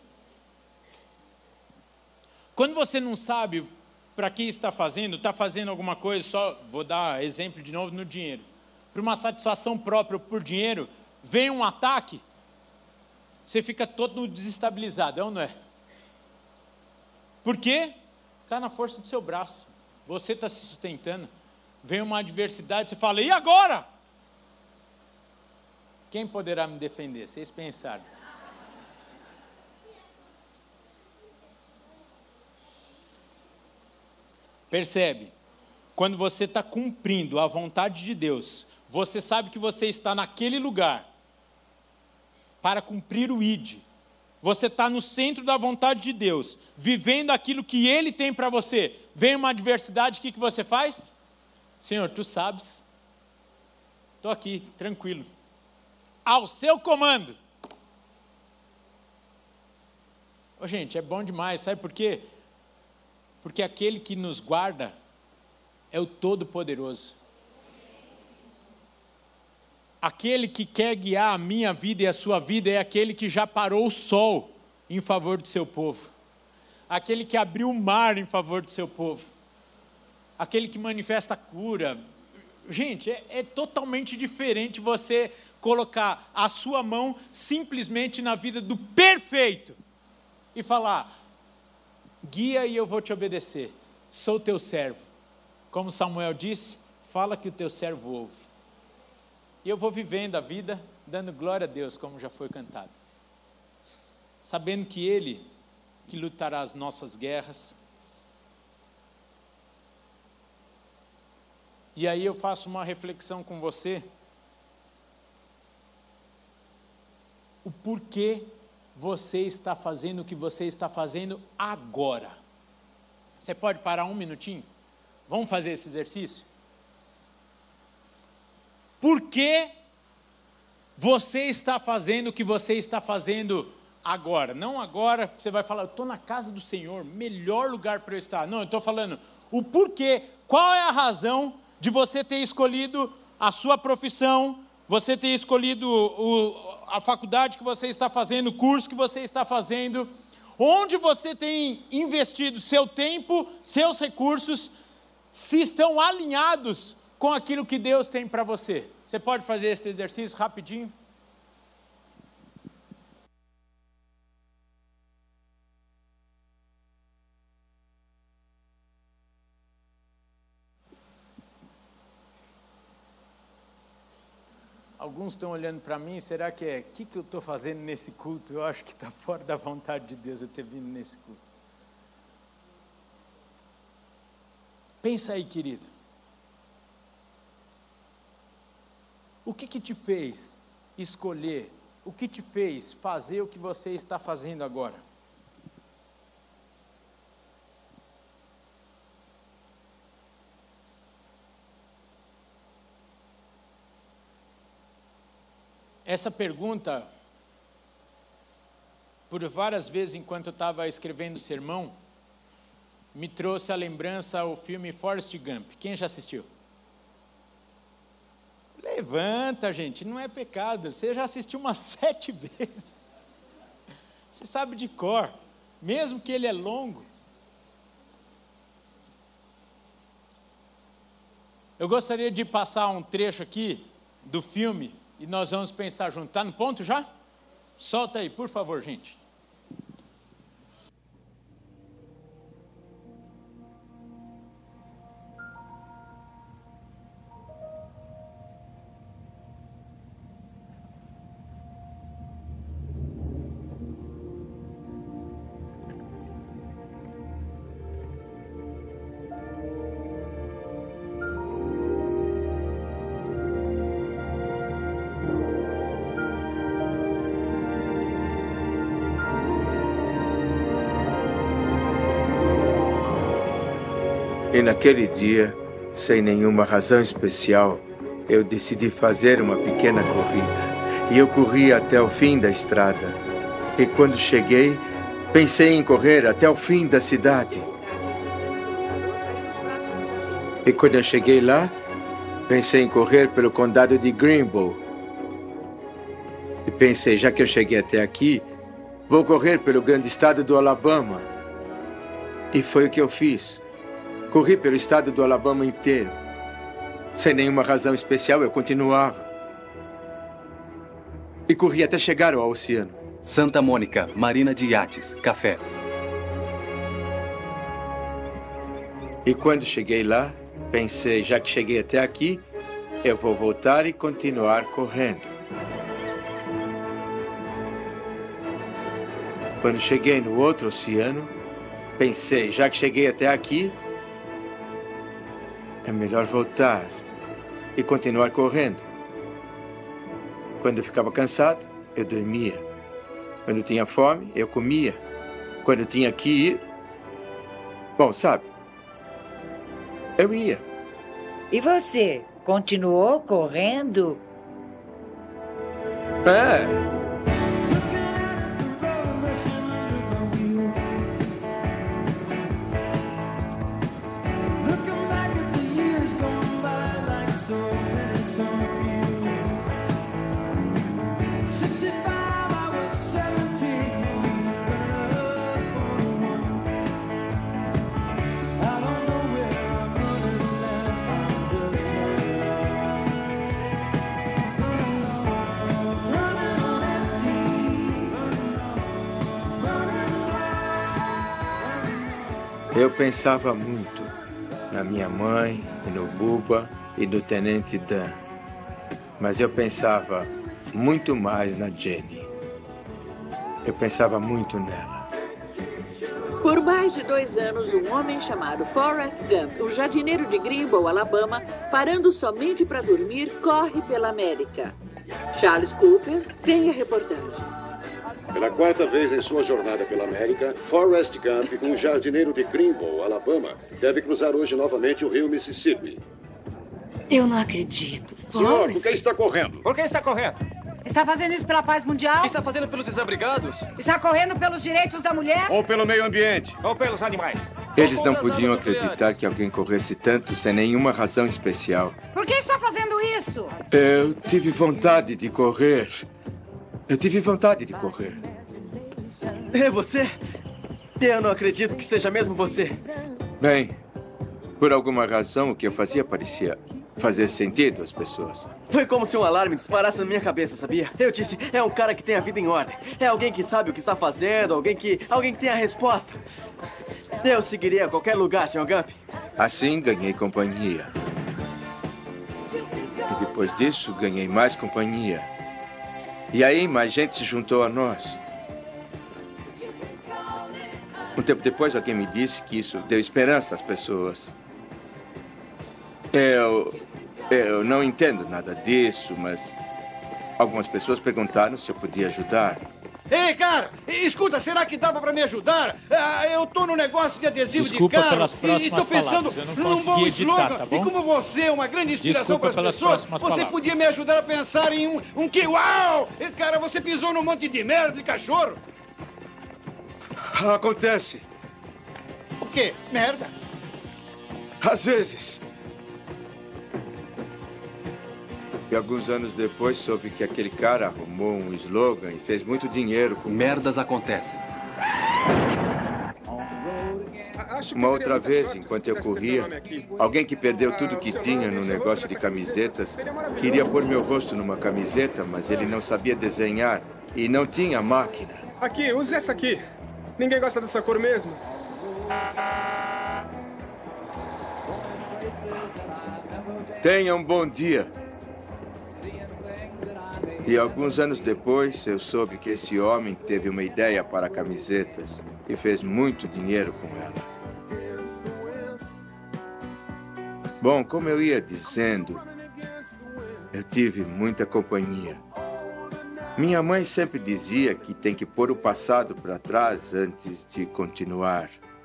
Quando você não sabe para que está fazendo, está fazendo alguma coisa, só vou dar exemplo de novo no dinheiro, para uma satisfação própria por dinheiro, vem um ataque, você fica todo desestabilizado, é ou não é? Por quê? Está na força do seu braço, você está se sustentando, vem uma adversidade, você fala, e agora? Quem poderá me defender? Vocês pensaram. Percebe? Quando você está cumprindo a vontade de Deus, você sabe que você está naquele lugar para cumprir o I D. Você está no centro da vontade de Deus, vivendo aquilo que Ele tem para você. Vem uma adversidade, o que, que você faz? Senhor, Tu sabes, estou aqui, tranquilo. Ao seu comando. Ô, gente, é bom demais, sabe por quê? Porque aquele que nos guarda é o Todo-Poderoso. Aquele que quer guiar a minha vida e a sua vida é aquele que já parou o sol em favor do seu povo. Aquele que abriu o mar em favor do seu povo. Aquele que manifesta cura. Gente, é, é totalmente diferente você colocar a sua mão simplesmente na vida do perfeito e falar, guia e eu vou te obedecer, sou teu servo. Como Samuel disse, fala que o teu servo ouve. E eu vou vivendo a vida, dando glória a Deus, como já foi cantado. Sabendo que Ele que lutará as nossas guerras. E aí eu faço uma reflexão com você. O porquê você está fazendo o que você está fazendo agora. Você pode parar um minutinho? Vamos fazer esse exercício? Por que você está fazendo o que você está fazendo agora? Não agora, você vai falar, eu estou na casa do Senhor, melhor lugar para eu estar. Não, eu estou falando o porquê, qual é a razão de você ter escolhido a sua profissão, você ter escolhido o, a faculdade que você está fazendo, o curso que você está fazendo, onde você tem investido seu tempo, seus recursos, se estão alinhados com aquilo que Deus tem para você. Você pode fazer esse exercício rapidinho? Alguns estão olhando para mim, será que é, o que, que eu estou fazendo nesse culto? Eu acho que está fora da vontade de Deus eu ter vindo nesse culto. Pensa aí, querido. O que, que te fez escolher? O que te fez fazer o que você está fazendo agora? Essa pergunta, por várias vezes enquanto eu estava escrevendo o sermão, me trouxe a lembrança ao filme Forrest Gump. Quem já assistiu? Levanta, gente, não é pecado. Você já assistiu umas sete vezes. Você sabe de cor, mesmo que ele é longo. Eu gostaria de passar um trecho aqui do filme e nós vamos pensar junto. Está no ponto já? Solta aí, por favor, gente. E naquele dia, sem nenhuma razão especial, eu decidi fazer uma pequena corrida. E eu corri até o fim da estrada. E quando cheguei, pensei em correr até o fim da cidade. E quando eu cheguei lá, pensei em correr pelo condado de Greenbow. E pensei, já que eu cheguei até aqui, vou correr pelo grande estado do Alabama. E foi o que eu fiz. Corri pelo estado do Alabama inteiro. Sem nenhuma razão especial, eu continuava. E corri até chegar ao oceano. Santa Mônica, marina de iates, cafés. E quando cheguei lá, pensei, já que cheguei até aqui, eu vou voltar e continuar correndo. Quando cheguei no outro oceano, pensei, já que cheguei até aqui, é melhor voltar e continuar correndo. Quando eu ficava cansado, eu dormia. Quando tinha fome, eu comia. Quando tinha que ir, bom, sabe, eu ia. E você? Continuou correndo? É. Eu pensava muito na minha mãe, e no Bubba e no Tenente Dan. Mas eu pensava muito mais na Jenny. Eu pensava muito nela. Por mais de dois anos, um homem chamado Forrest Gump, um jardineiro de Greenbow, Alabama, parando somente para dormir, corre pela América. Charles Cooper tem a reportagem. Pela quarta vez em sua jornada pela América, Forrest Gump, um jardineiro de Greenbow, Alabama, deve cruzar hoje novamente o rio Mississippi. Eu não acredito. Senhor, Forrest? por que está correndo? Por que está correndo? Está fazendo isso pela paz mundial? Está fazendo pelos desabrigados? Está correndo pelos direitos da mulher? Ou pelo meio ambiente? Ou pelos animais? Eles não podiam acreditar que alguém corresse tanto sem nenhuma razão especial. Por que está fazendo isso? Eu tive vontade de correr. Eu tive vontade de correr. É você? Eu não acredito que seja mesmo você. Bem, por alguma razão o que eu fazia parecia fazer sentido às pessoas. Foi como se um alarme disparasse na minha cabeça, sabia? Eu disse, é um cara que tem a vida em ordem. É alguém que sabe o que está fazendo, alguém que, alguém que tem a resposta. Eu seguiria a qualquer lugar, senhor Gump. Assim ganhei companhia. E depois disso ganhei mais companhia. E aí mais gente se juntou a nós. Um tempo depois alguém me disse que isso deu esperança às pessoas. Eu, eu não entendo nada disso, mas algumas pessoas perguntaram se eu podia ajudar. Ei, cara, escuta, será que dava pra me ajudar? Ah, eu tô no negócio de adesivo Desculpa de carro pelas próximas e tô pensando palavras, eu não num consegui bom editar, slogan. tá bom? E como você é uma grande inspiração Desculpa para as pelas pessoas, próximas você palavras. podia me ajudar a pensar em um, um que... Uau! Cara, você pisou num monte de merda de cachorro. Acontece. O quê? Merda? Às vezes. E alguns anos depois soube que aquele cara arrumou um slogan e fez muito dinheiro com... Merdas acontecem. Uma outra vez, enquanto eu corria, alguém que perdeu tudo que tinha no negócio de camisetas queria pôr meu rosto numa camiseta, mas ele não sabia desenhar e não tinha máquina. Aqui, use essa aqui. Ninguém gosta dessa cor mesmo. Tenha um bom dia. E alguns anos depois, eu soube que esse homem teve uma ideia para camisetas e fez muito dinheiro com ela. Bom, como eu ia dizendo, eu tive muita companhia. Minha mãe sempre dizia que tem que pôr o passado para trás antes de continuar.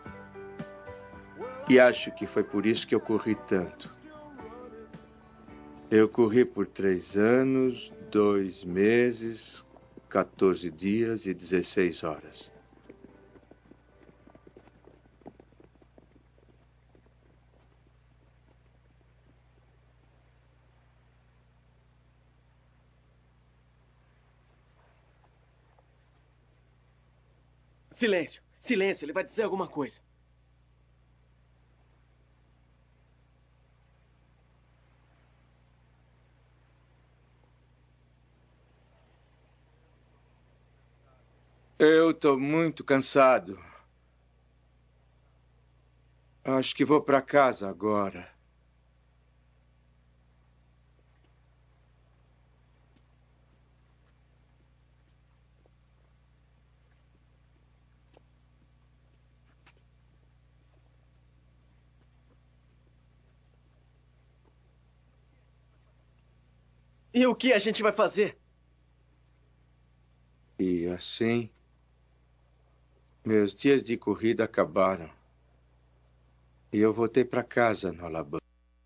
E acho que foi por isso que eu corri tanto. Eu corri por três anos, dois meses, quatorze dias e dezesseis horas. Silêncio, silêncio, ele vai dizer alguma coisa. Eu estou muito cansado. Acho que vou para casa agora. E o que a gente vai fazer? E assim, meus dias de corrida acabaram. E eu voltei para casa no Alabama.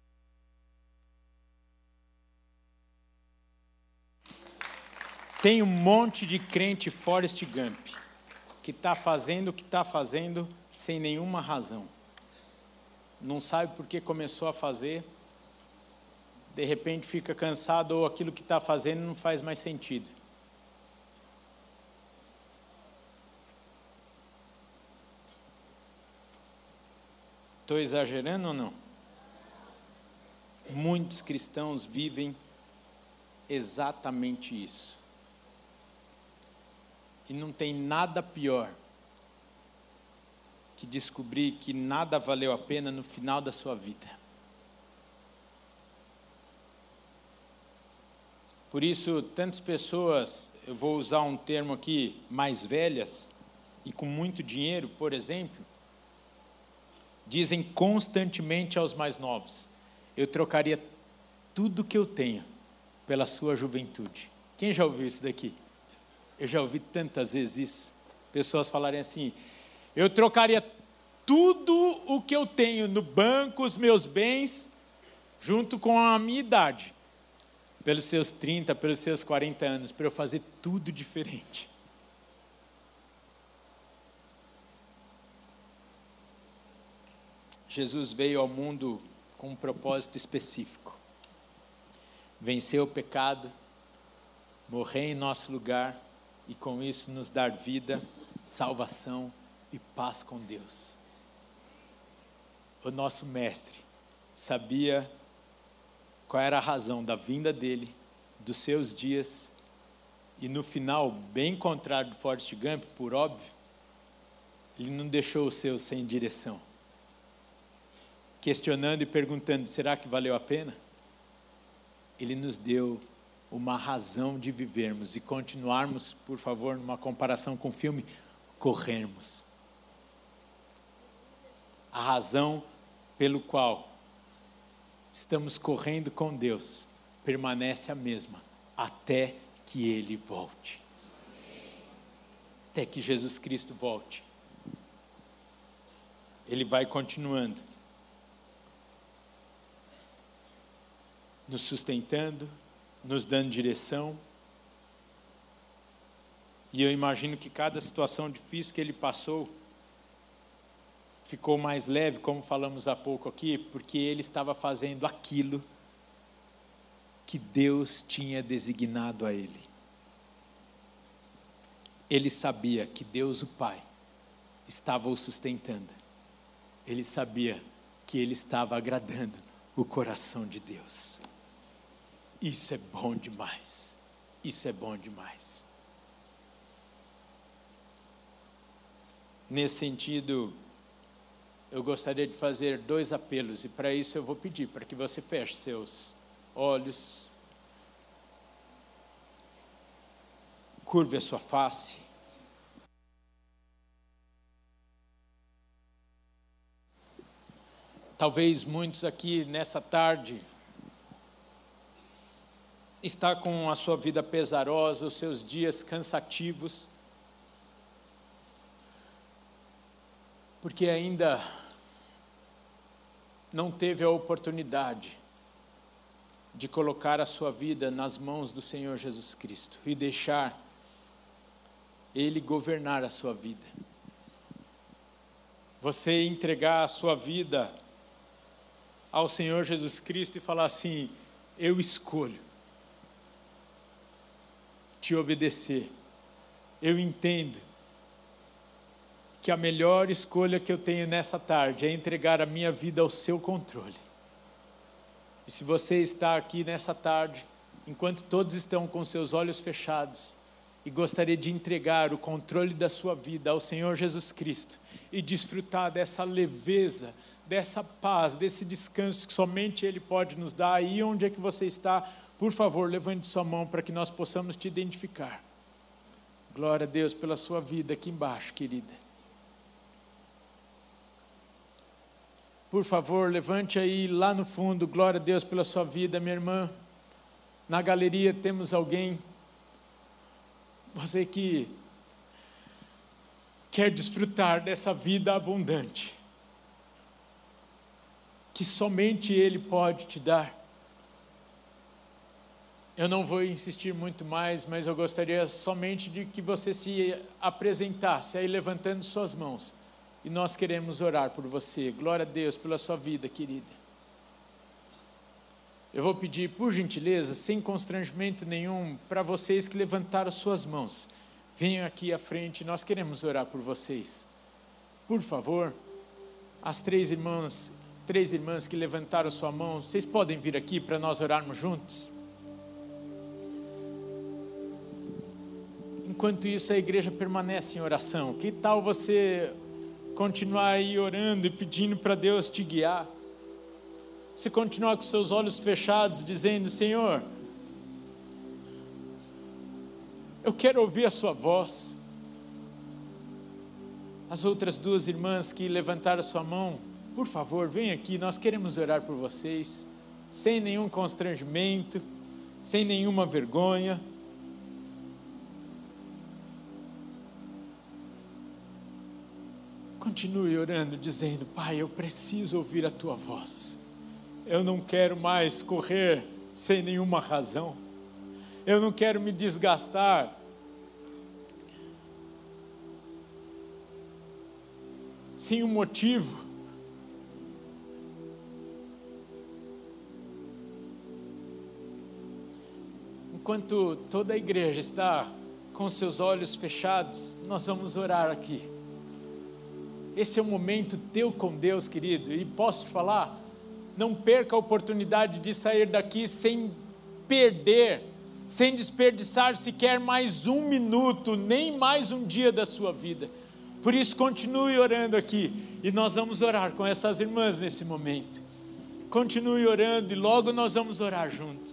Tem um monte de crente Forrest Gump que está fazendo o que está fazendo sem nenhuma razão. Não sabe por que começou a fazer. De repente fica cansado ou aquilo que está fazendo não faz mais sentido. Estou exagerando ou não? Muitos cristãos vivem exatamente isso. E não tem nada pior que descobrir que nada valeu a pena no final da sua vida. Por isso, tantas pessoas, eu vou usar um termo aqui, mais velhas e com muito dinheiro, por exemplo, dizem constantemente aos mais novos: eu trocaria tudo que eu tenho pela sua juventude. Quem já ouviu isso daqui? Eu já ouvi tantas vezes isso. Pessoas falarem assim: eu trocaria tudo o que eu tenho no banco, os meus bens, junto com a minha idade, pelos seus trinta, pelos seus quarenta anos, para eu fazer tudo diferente. Jesus veio ao mundo com um propósito específico. Vencer o pecado, morrer em nosso lugar e com isso nos dar vida, salvação e paz com Deus. O nosso mestre sabia qual era a razão da vinda dele, dos seus dias, e no final, bem contrário do Forrest Gump, por óbvio, ele não deixou os seus sem direção. Questionando e perguntando, será que valeu a pena? Ele nos deu uma razão de vivermos e continuarmos, por favor, numa comparação com o filme, corrermos. A razão pelo qual estamos correndo com Deus permanece a mesma, até que Ele volte. Até que Jesus Cristo volte. Ele vai continuando, nos sustentando, nos dando direção. E eu imagino que cada situação difícil que ele passou ficou mais leve, como falamos há pouco aqui, porque ele estava fazendo aquilo que Deus tinha designado a ele. Ele sabia que Deus, o Pai, estava o sustentando. Ele sabia que ele estava agradando o coração de Deus. Isso é bom demais. Isso é bom demais. Nesse sentido, eu gostaria de fazer dois apelos, e para isso eu vou pedir para que você feche seus olhos, curve a sua face. Talvez muitos aqui nessa tarde está com a sua vida pesarosa, os seus dias cansativos, porque ainda não teve a oportunidade de colocar a sua vida nas mãos do Senhor Jesus Cristo e deixar Ele governar a sua vida. Você entregar a sua vida ao Senhor Jesus Cristo e falar assim: eu escolho te obedecer. Eu entendo que a melhor escolha que eu tenho nessa tarde é entregar a minha vida ao seu controle. E se você está aqui nessa tarde, enquanto todos estão com seus olhos fechados, e gostaria de entregar o controle da sua vida ao Senhor Jesus Cristo e desfrutar dessa leveza, dessa paz, desse descanso que somente Ele pode nos dar, aí onde é que você está, por favor, levante sua mão para que nós possamos te identificar. Glória a Deus pela sua vida aqui embaixo, querida. Por favor, levante aí lá no fundo, glória a Deus pela sua vida, minha irmã. Na galeria temos alguém, você que quer desfrutar dessa vida abundante, que somente Ele pode te dar. Eu não vou insistir muito mais, mas eu gostaria somente de que você se apresentasse aí levantando suas mãos. E nós queremos orar por você. Glória a Deus pela sua vida, querida. Eu vou pedir, por gentileza, sem constrangimento nenhum, para vocês que levantaram suas mãos. Venham aqui à frente, nós queremos orar por vocês. Por favor, as três irmãs, três irmãs que levantaram sua mão, vocês podem vir aqui para nós orarmos juntos? Enquanto isso, a igreja permanece em oração. Que tal você continuar aí orando e pedindo para Deus te guiar? Você continuar com seus olhos fechados, dizendo: Senhor, eu quero ouvir a sua voz. As outras duas irmãs que levantaram sua mão, por favor, venham aqui, nós queremos orar por vocês, sem nenhum constrangimento, sem nenhuma vergonha. Continue orando, dizendo: Pai, eu preciso ouvir a tua voz. Eu não quero mais correr sem nenhuma razão. Eu não quero me desgastar sem um motivo. Enquanto toda a igreja está com seus olhos fechados, nós vamos orar aqui. Esse é o momento teu com Deus, querido, e posso te falar, não perca a oportunidade de sair daqui sem perder, sem desperdiçar sequer mais um minuto, nem mais um dia da sua vida. Por isso, continue orando aqui, e nós vamos orar com essas irmãs nesse momento. Continue orando, e logo nós vamos orar juntos.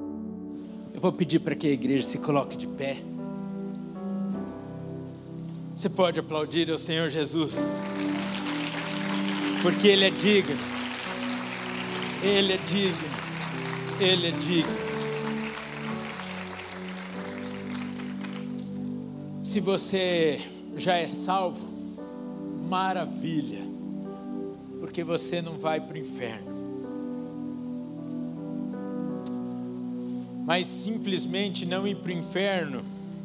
Eu vou pedir para que a igreja se coloque de pé. Você pode aplaudir ao Senhor Jesus, porque Ele é digno, Ele é digno, Ele é digno. Se você já é salvo, maravilha, porque você não vai para o inferno. Mas simplesmente não ir para o inferno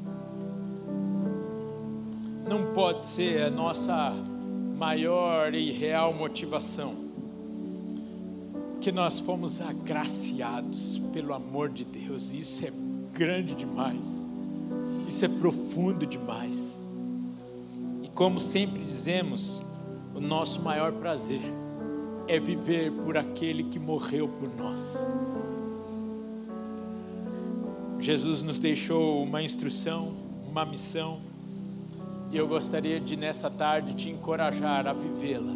não pode ser a nossa maior e real motivação. Que nós fomos agraciados pelo amor de Deus. Isso é grande demais. Isso é profundo demais. E como sempre dizemos, o nosso maior prazer é viver por aquele que morreu por nós. Jesus nos deixou uma instrução, uma missão, e eu gostaria de nessa tarde te encorajar a vivê-la.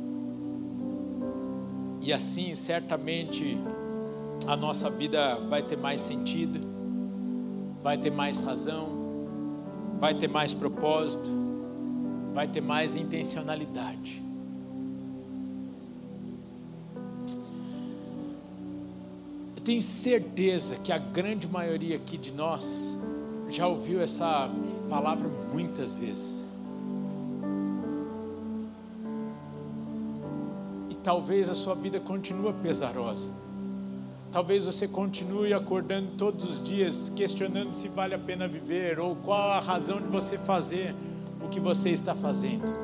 E assim certamente a nossa vida vai ter mais sentido, vai ter mais razão, vai ter mais propósito, vai ter mais intencionalidade. Eu tenho certeza que a grande maioria aqui de nós já ouviu essa palavra muitas vezes. E talvez a sua vida continue pesarosa. Talvez você continue acordando todos os dias questionando se vale a pena viver ou qual a razão de você fazer o que você está fazendo.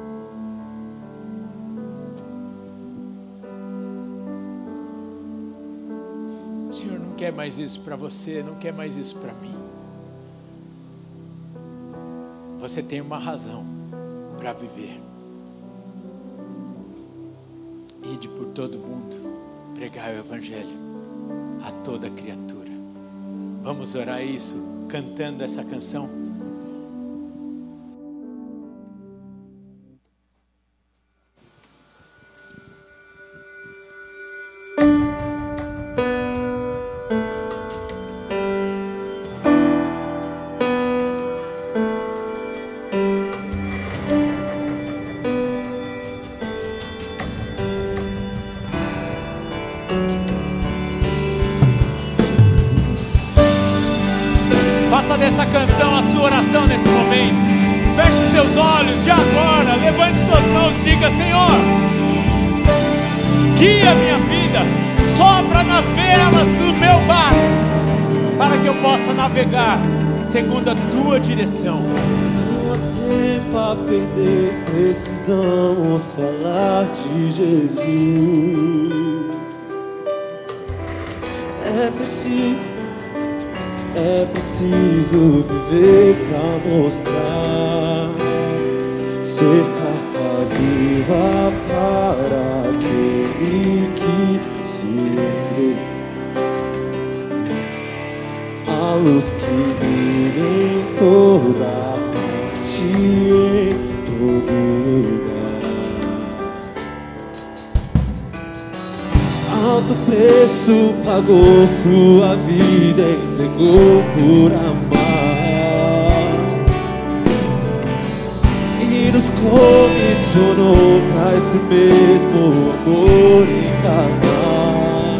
O Senhor não quer mais isso para você, não quer mais isso para mim. Você tem uma razão para viver. Ide por todo mundo, pregai o Evangelho a toda criatura. Vamos orar isso cantando essa canção. Faça dessa canção a sua oração nesse momento. Feche seus olhos e agora levante suas mãos e diga: Senhor, guia minha vida, sopra nas velas do meu barco, para que eu possa navegar segundo a tua direção. Não há tempo a perder, precisamos falar de Jesus. É preciso É preciso viver pra mostrar, ser carta viva para aquele que se rende, a luz que brilha em toda parte, em todo lugar. Alto preço pagou, sua vida entregou por amar, e nos comissionou pra esse mesmo amor encarnar,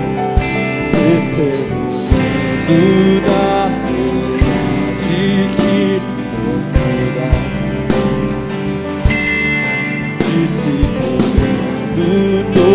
testemunhando da verdade que não muda, discipulando no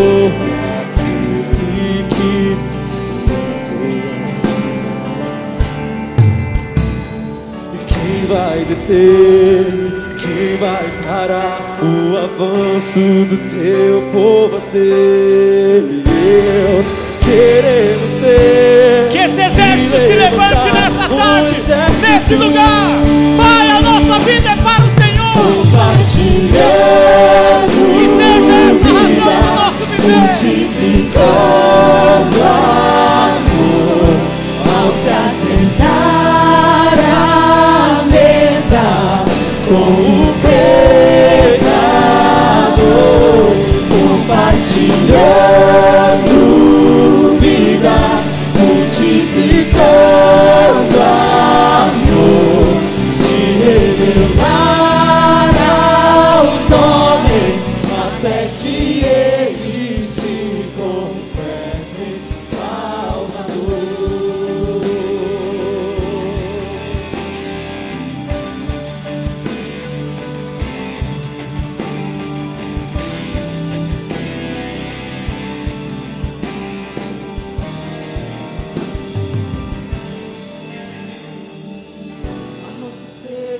vai deter, quem vai parar o avanço do teu povo a Deus? Queremos ver que esse exército se levante nessa tarde, nesse lugar. Pai, a nossa vida é para o Senhor. Compartilhando, que seja essa razão do nosso viver, multiplicando amor ao se assentar à mesa com o pecador, compartilhando vida, multiplicando amor, te revelar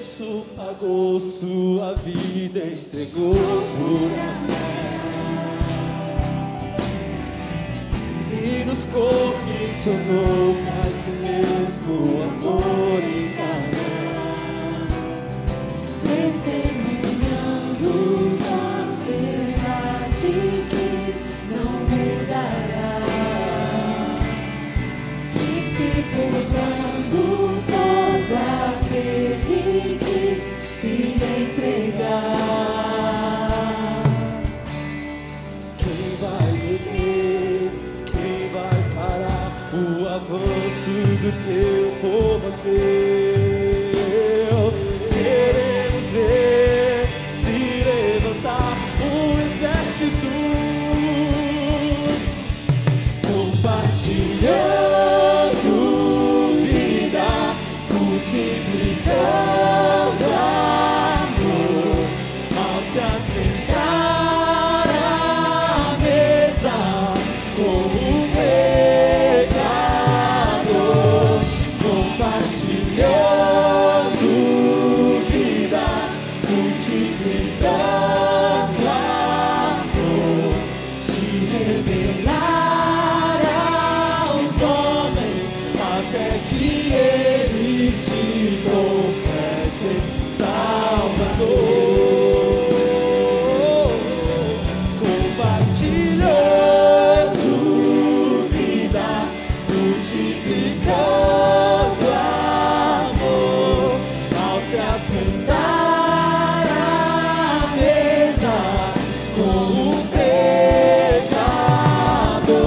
preço pagou, sua vida entregou por amor. E nos comissionou pra si mesmo amor encarnar, testemunhando a verdade que não mudará, discipulando todo aquele que se entregar. Quem vai deter, quem vai parar o avanço do teu povo, Deus? Queremos ver se levantar um exército, compartilhando vida, multiplicando amor, ao se assentar à mesa com o pecador, compartilhando vida, multiplicando amor, te revelar aos homens até que eles te confessem Salvador. Compartilhando vida, multiplicando amor, ao se assentar à mesa com o pecador.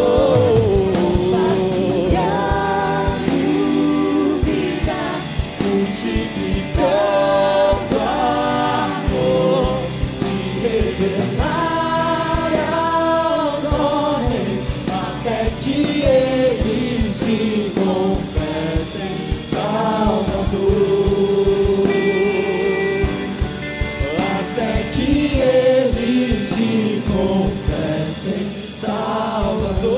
Compartilhando vida, multiplicando amor, te revelar aos homens até que eles te confessem Salvador. Até que eles te confessem Salvador.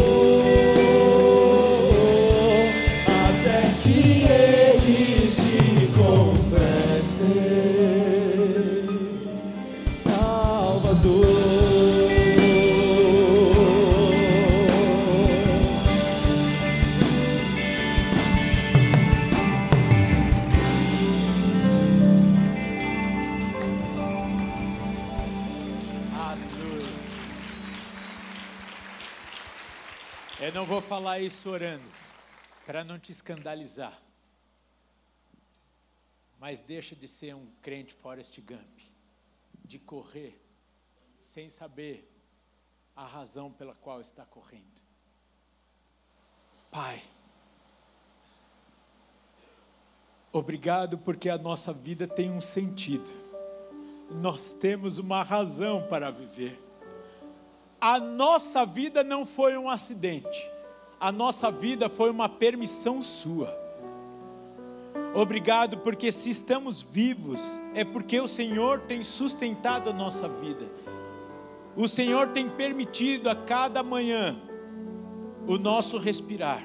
Até que eles te confessem Salvador. Aleluia. Eu não vou falar isso orando, para não te escandalizar. Mas deixa de ser um crente Forrest Gump, de correr sem saber a razão pela qual está correndo. Pai, obrigado porque a nossa vida tem um sentido. Nós temos uma razão para viver. A nossa vida não foi um acidente. A nossa vida foi uma permissão sua. Obrigado porque se estamos vivos, é porque o Senhor tem sustentado a nossa vida. O Senhor tem permitido a cada manhã o nosso respirar.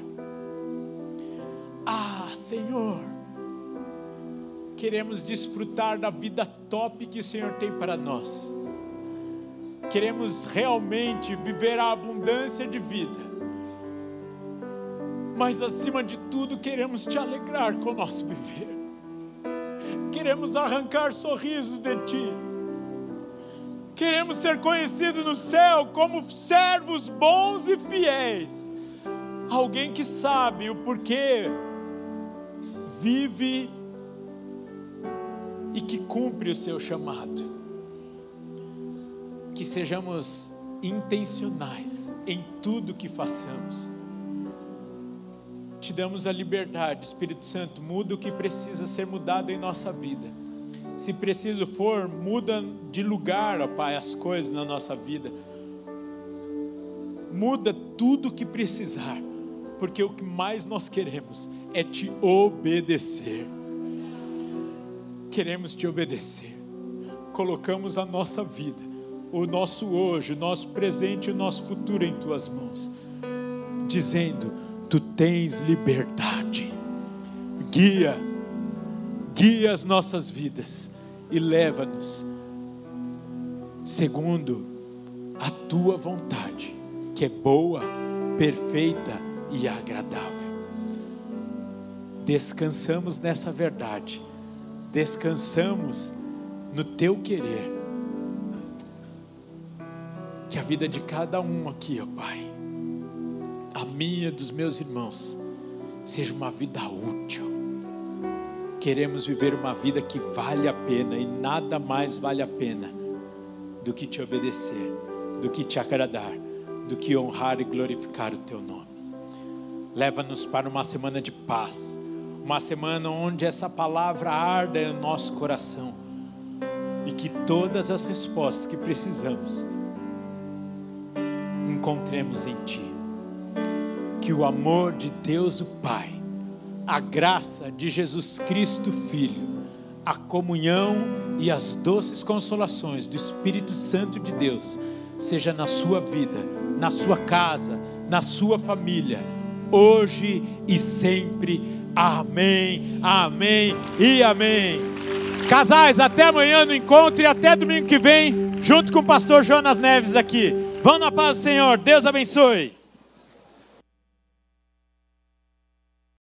Ah, Senhor, queremos desfrutar da vida top que o Senhor tem para nós. Queremos realmente viver a abundância de vida. Mas acima de tudo queremos te alegrar com o nosso viver. Queremos arrancar sorrisos de ti. Queremos ser conhecidos no céu como servos bons e fiéis. Alguém que sabe o porquê vive e que cumpre o seu chamado. Que sejamos intencionais em tudo que façamos. Te damos a liberdade, Espírito Santo, muda o que precisa ser mudado em nossa vida. Se preciso for, muda de lugar, ó Pai, as coisas na nossa vida. Muda tudo o que precisar, porque o que mais nós queremos é te obedecer. Queremos te obedecer. Colocamos a nossa vida, o nosso hoje, o nosso presente e o nosso futuro em tuas mãos, dizendo: tu tens liberdade. Guia, guia as nossas vidas e leva-nos segundo a tua vontade, que é boa, perfeita e agradável. Descansamos nessa verdade, descansamos no teu querer. Que a vida de cada um aqui, ó Pai, a minha, dos meus irmãos, seja uma vida útil. Queremos viver uma vida que vale a pena, e nada mais vale a pena do que te obedecer, do que te agradar, do que honrar e glorificar o teu nome. Leva-nos para uma semana de paz, uma semana onde essa palavra arda em nosso coração, e que todas as respostas que precisamos encontremos em Ti. Que o amor de Deus o Pai, a graça de Jesus Cristo Filho, a comunhão e as doces consolações do Espírito Santo de Deus seja na sua vida, na sua casa, na sua família, hoje e sempre. Amém, amém e amém. Casais, até amanhã no encontro e até domingo que vem, junto com o pastor Jonas Neves aqui. Vão na paz do Senhor, Deus abençoe.